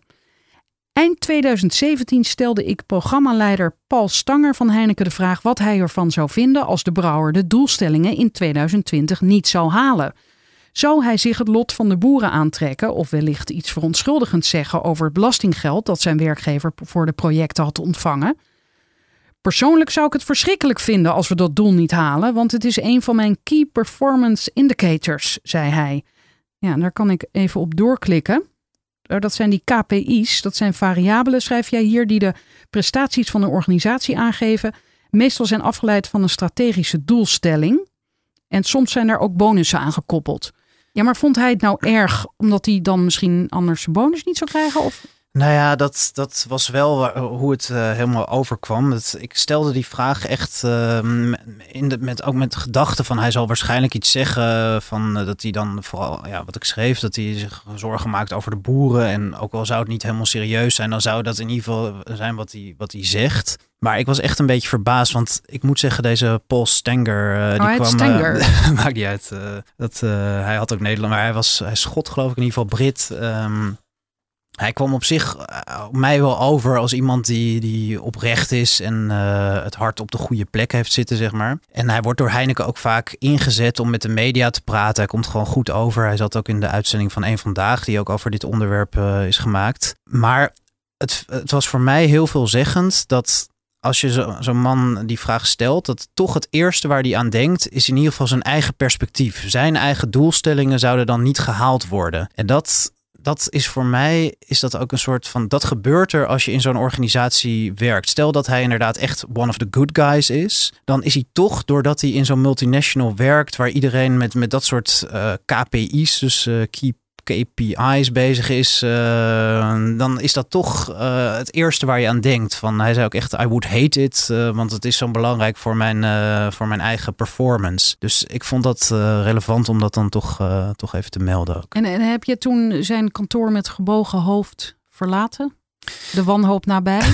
Speaker 1: Eind tweeduizend zeventien stelde ik programmaleider Paul Stanger van Heineken de vraag wat hij ervan zou vinden als de brouwer de doelstellingen in tweeduizend twintig niet zou halen. Zou hij zich het lot van de boeren aantrekken of wellicht iets verontschuldigends zeggen over het belastinggeld dat zijn werkgever voor de projecten had ontvangen? Persoonlijk zou ik het verschrikkelijk vinden als we dat doel niet halen, want het is een van mijn key performance indicators, zei hij. Ja, daar kan ik even op doorklikken. Dat zijn die K P I's, dat zijn variabelen, schrijf jij hier, die de prestaties van een organisatie aangeven. Meestal zijn afgeleid van een strategische doelstelling. En soms zijn er ook bonussen aan gekoppeld. Ja, maar vond hij het nou erg omdat hij dan misschien anders zijn bonus niet zou krijgen? Of?
Speaker 5: Nou ja, dat, dat was wel hoe het uh, helemaal overkwam. Het, ik stelde die vraag echt uh, in de, met, ook met de gedachte van hij zal waarschijnlijk iets zeggen van uh, dat hij dan vooral, ja, wat ik schreef, dat hij zich zorgen maakt over de boeren. En ook al zou het niet helemaal serieus zijn, dan zou dat in ieder geval zijn wat hij, wat hij zegt. Maar ik was echt een beetje verbaasd, want ik moet zeggen, deze Paul Stanger, uh, die
Speaker 1: oh,
Speaker 5: kwam...
Speaker 1: Stanger.
Speaker 5: Uh, maakt niet uit. Uh, dat, uh, hij had ook Nederland, maar hij was hij is Schot, geloof ik, in ieder geval Brit. Um, Hij kwam op zich uh, op mij wel over als iemand die, die oprecht is en uh, het hart op de goede plek heeft zitten, zeg maar. En hij wordt door Heineken ook vaak ingezet om met de media te praten. Hij komt gewoon goed over. Hij zat ook in de uitzending van Eén Vandaag, die ook over dit onderwerp uh, is gemaakt. Maar het, het was voor mij heel veelzeggend dat als je zo, zo'n man die vraag stelt, dat toch het eerste waar hij aan denkt is in ieder geval zijn eigen perspectief. Zijn eigen doelstellingen zouden dan niet gehaald worden. En dat... Dat is voor mij, is dat ook een soort van, dat gebeurt er als je in zo'n organisatie werkt. Stel dat hij inderdaad echt one of the good guys is. Dan is hij toch, doordat hij in zo'n multinational werkt, waar iedereen met, met dat soort uh, K P I's, dus uh, key K P I's bezig is, uh, dan is dat toch uh, het eerste waar je aan denkt. Van, hij zei ook echt, I would hate it, uh, want het is zo belangrijk voor mijn, uh, voor mijn eigen performance. Dus ik vond dat uh, relevant om dat dan toch, uh, toch even te melden ook.
Speaker 1: En, en heb je toen zijn kantoor met gebogen hoofd verlaten? De wanhoop nabij?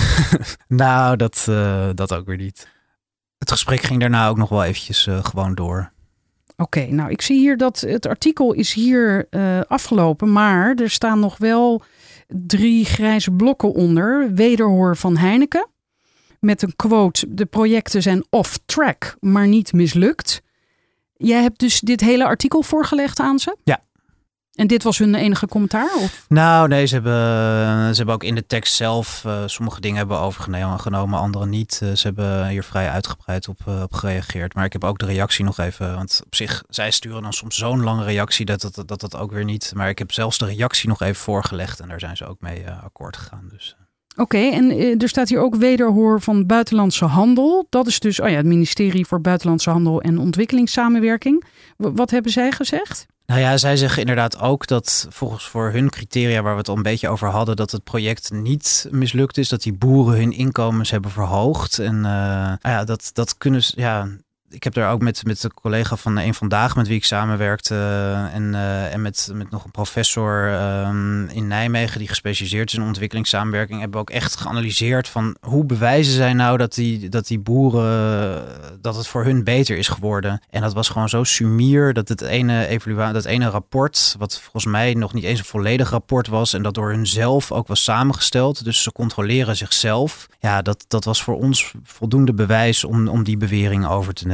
Speaker 5: nou, dat, uh, dat ook weer niet. Het gesprek ging daarna ook nog wel eventjes uh, gewoon door.
Speaker 1: Oké, okay, nou ik zie hier dat het artikel is hier uh, afgelopen, maar er staan nog wel drie grijze blokken onder. Wederhoor van Heineken met een quote: de projecten zijn off track, maar niet mislukt. Jij hebt dus dit hele artikel voorgelegd aan ze?
Speaker 5: Ja.
Speaker 1: En dit was hun enige commentaar? Of?
Speaker 5: Nou, nee, ze hebben, ze hebben ook in de tekst zelf uh, sommige dingen hebben overgenomen, andere niet. Uh, ze hebben hier vrij uitgebreid op, uh, op gereageerd. Maar ik heb ook de reactie nog even, want op zich, zij sturen dan soms zo'n lange reactie dat dat, dat dat ook weer niet. Maar ik heb zelfs de reactie nog even voorgelegd en daar zijn ze ook mee uh, akkoord gegaan. Dus.
Speaker 1: Oké, okay, en uh, er staat hier ook wederhoor van Buitenlandse Handel. Dat is dus oh ja, het ministerie voor Buitenlandse Handel en Ontwikkelingssamenwerking. W- wat hebben zij gezegd?
Speaker 5: Nou ja, zij zeggen inderdaad ook dat volgens voor hun criteria waar we het al een beetje over hadden, dat het project niet mislukt is, dat die boeren hun inkomens hebben verhoogd. En uh, ja, dat, dat kunnen ze, ja, ik heb daar ook met, met de collega van Eén Vandaag met wie ik samenwerkte uh, en, uh, en met, met nog een professor um, in Nijmegen die gespecialiseerd is in ontwikkelingssamenwerking, hebben we ook echt geanalyseerd van hoe bewijzen zij nou dat die, dat die boeren, dat het voor hun beter is geworden. En dat was gewoon zo sumier dat het ene evaluatie, dat ene rapport, wat volgens mij nog niet eens een volledig rapport was en dat door hun zelf ook was samengesteld, dus ze controleren zichzelf. Ja, dat, dat was voor ons voldoende bewijs om, om die bewering over te nemen.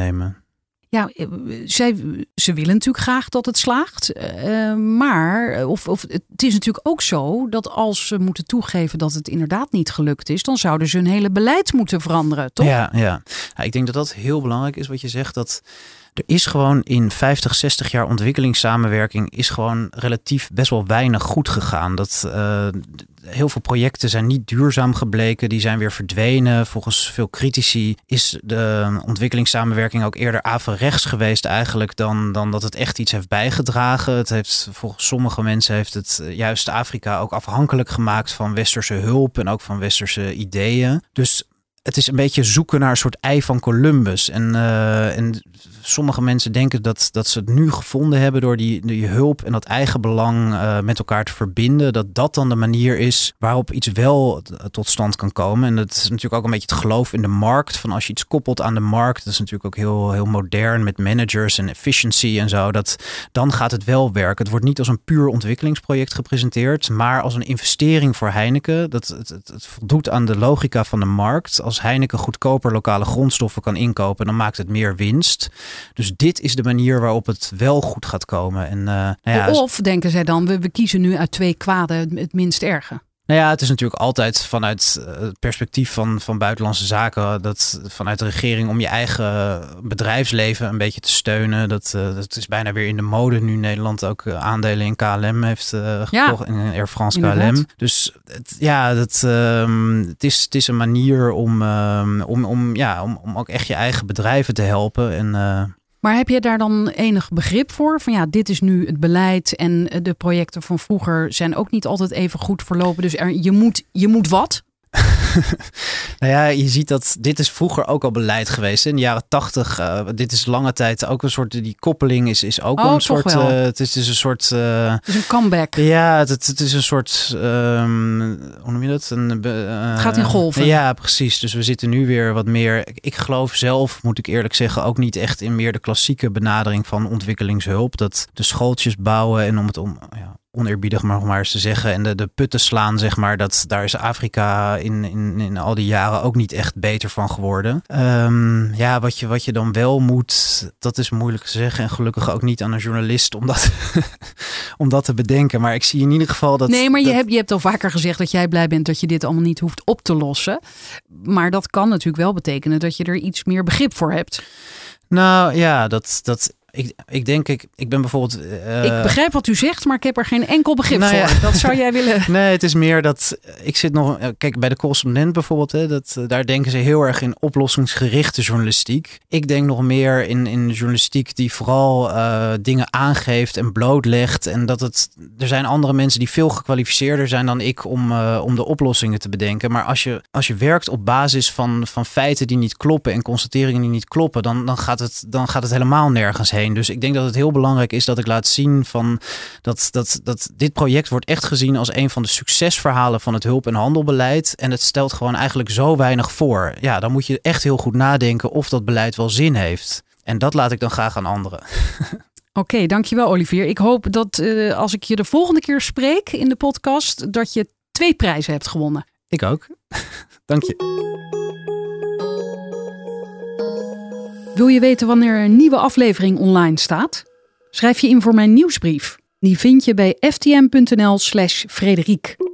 Speaker 1: Ja, zij, ze willen natuurlijk graag dat het slaagt. Uh, maar of, of, het is natuurlijk ook zo dat als ze moeten toegeven dat het inderdaad niet gelukt is, dan zouden ze hun hele beleid moeten veranderen, toch?
Speaker 5: Ja, ja. ja ik denk dat dat heel belangrijk is wat je zegt. Dat er is gewoon in vijftig, zestig jaar ontwikkelingssamenwerking is gewoon relatief best wel weinig goed gegaan. Dat uh, heel veel projecten zijn niet duurzaam gebleken. Die zijn weer verdwenen. Volgens veel critici is de ontwikkelingssamenwerking ook eerder averechts geweest eigenlijk dan, dan dat het echt iets heeft bijgedragen. Het heeft volgens sommige mensen heeft het juist Afrika ook afhankelijk gemaakt van westerse hulp en ook van westerse ideeën. Dus het is een beetje zoeken naar een soort ei van Columbus. En, uh, en sommige mensen denken dat, dat ze het nu gevonden hebben door die, die hulp en dat eigen belang uh, met elkaar te verbinden. Dat dat dan de manier is waarop iets wel tot stand kan komen. En dat is natuurlijk ook een beetje het geloof in de markt. Van als je iets koppelt aan de markt, dat is natuurlijk ook heel, heel modern met managers en efficiency en zo. Dat, dan gaat het wel werken. Het wordt niet als een puur ontwikkelingsproject gepresenteerd, maar als een investering voor Heineken. Dat, het, het, het voldoet aan de logica van de markt. Als Heineken goedkoper lokale grondstoffen kan inkopen, dan maakt het meer winst. Dus dit is de manier waarop het wel goed gaat komen. En, uh, nou ja,
Speaker 1: of denken zij dan, we, we kiezen nu uit twee kwaden het minst erge?
Speaker 5: Nou ja, het is natuurlijk altijd vanuit het perspectief van, van buitenlandse zaken, dat vanuit de regering om je eigen bedrijfsleven een beetje te steunen. Dat, uh, dat is bijna weer in de mode nu Nederland ook aandelen in K L M heeft uh, gekocht, in Air France K L M. Dus het, ja, dat, um, het, is, het is een manier om, um, om, om, ja, om, om ook echt je eigen bedrijven te helpen. En uh,
Speaker 1: Maar heb je daar dan enig begrip voor? Van ja, dit is nu het beleid en de projecten van vroeger zijn ook niet altijd even goed verlopen. Dus er, je, moet, je moet wat?
Speaker 5: Nou ja, je ziet dat dit is vroeger ook al beleid geweest. In de jaren tachtig, uh, dit is lange tijd ook een soort, die koppeling is, is ook
Speaker 1: oh,
Speaker 5: een soort,
Speaker 1: uh,
Speaker 5: het is dus een soort... Uh,
Speaker 1: het is een comeback.
Speaker 5: Ja, het, het is een soort, um, hoe noem je dat? Een, uh,
Speaker 1: het gaat in golven.
Speaker 5: Ja, precies. Dus we zitten nu weer wat meer, ik geloof zelf, moet ik eerlijk zeggen, ook niet echt in meer de klassieke benadering van ontwikkelingshulp. Dat de schooltjes bouwen en om het om... Ja, oneerbiedig maar nog maar eens te zeggen, en de, de putten slaan, zeg maar, dat daar is Afrika in, in, in al die jaren ook niet echt beter van geworden. Um, ja, wat je, wat je dan wel moet, dat is moeilijk te zeggen en gelukkig ook niet aan een journalist om dat, om dat te bedenken. Maar ik zie in ieder geval dat...
Speaker 1: Nee, maar je,
Speaker 5: dat...
Speaker 1: hebt, je hebt al vaker gezegd dat jij blij bent dat je dit allemaal niet hoeft op te lossen. Maar dat kan natuurlijk wel betekenen dat je er iets meer begrip voor hebt.
Speaker 5: Nou ja, dat... dat Ik, ik denk, ik, ik ben bijvoorbeeld... Uh...
Speaker 1: Ik begrijp wat u zegt, maar ik heb er geen enkel begrip
Speaker 5: nou ja.
Speaker 1: voor. Dat zou jij willen...
Speaker 5: Nee, het is meer dat... Ik zit nog... Kijk, bij de Correspondent bijvoorbeeld, hè, dat, daar denken ze heel erg in oplossingsgerichte journalistiek. Ik denk nog meer in, in journalistiek die vooral uh, dingen aangeeft en blootlegt. En dat het... Er zijn andere mensen die veel gekwalificeerder zijn dan ik om, uh, om de oplossingen te bedenken. Maar als je, als je werkt op basis van, van feiten die niet kloppen en constateringen die niet kloppen, dan, dan, gaat het, dan gaat het helemaal nergens heen. Dus ik denk dat het heel belangrijk is dat ik laat zien van dat, dat, dat dit project wordt echt gezien als een van de succesverhalen van het hulp- en handelbeleid. En het stelt gewoon eigenlijk zo weinig voor. Ja, dan moet je echt heel goed nadenken of dat beleid wel zin heeft. En dat laat ik dan graag aan anderen.
Speaker 1: Oké, okay, dankjewel Olivier. Ik hoop dat uh, als ik je de volgende keer spreek in de podcast, dat je twee prijzen hebt gewonnen.
Speaker 5: Ik ook. Dank je.
Speaker 1: Wil je weten wanneer een nieuwe aflevering online staat? Schrijf je in voor mijn nieuwsbrief. Die vind je bij ftm.nl slash Frederiek.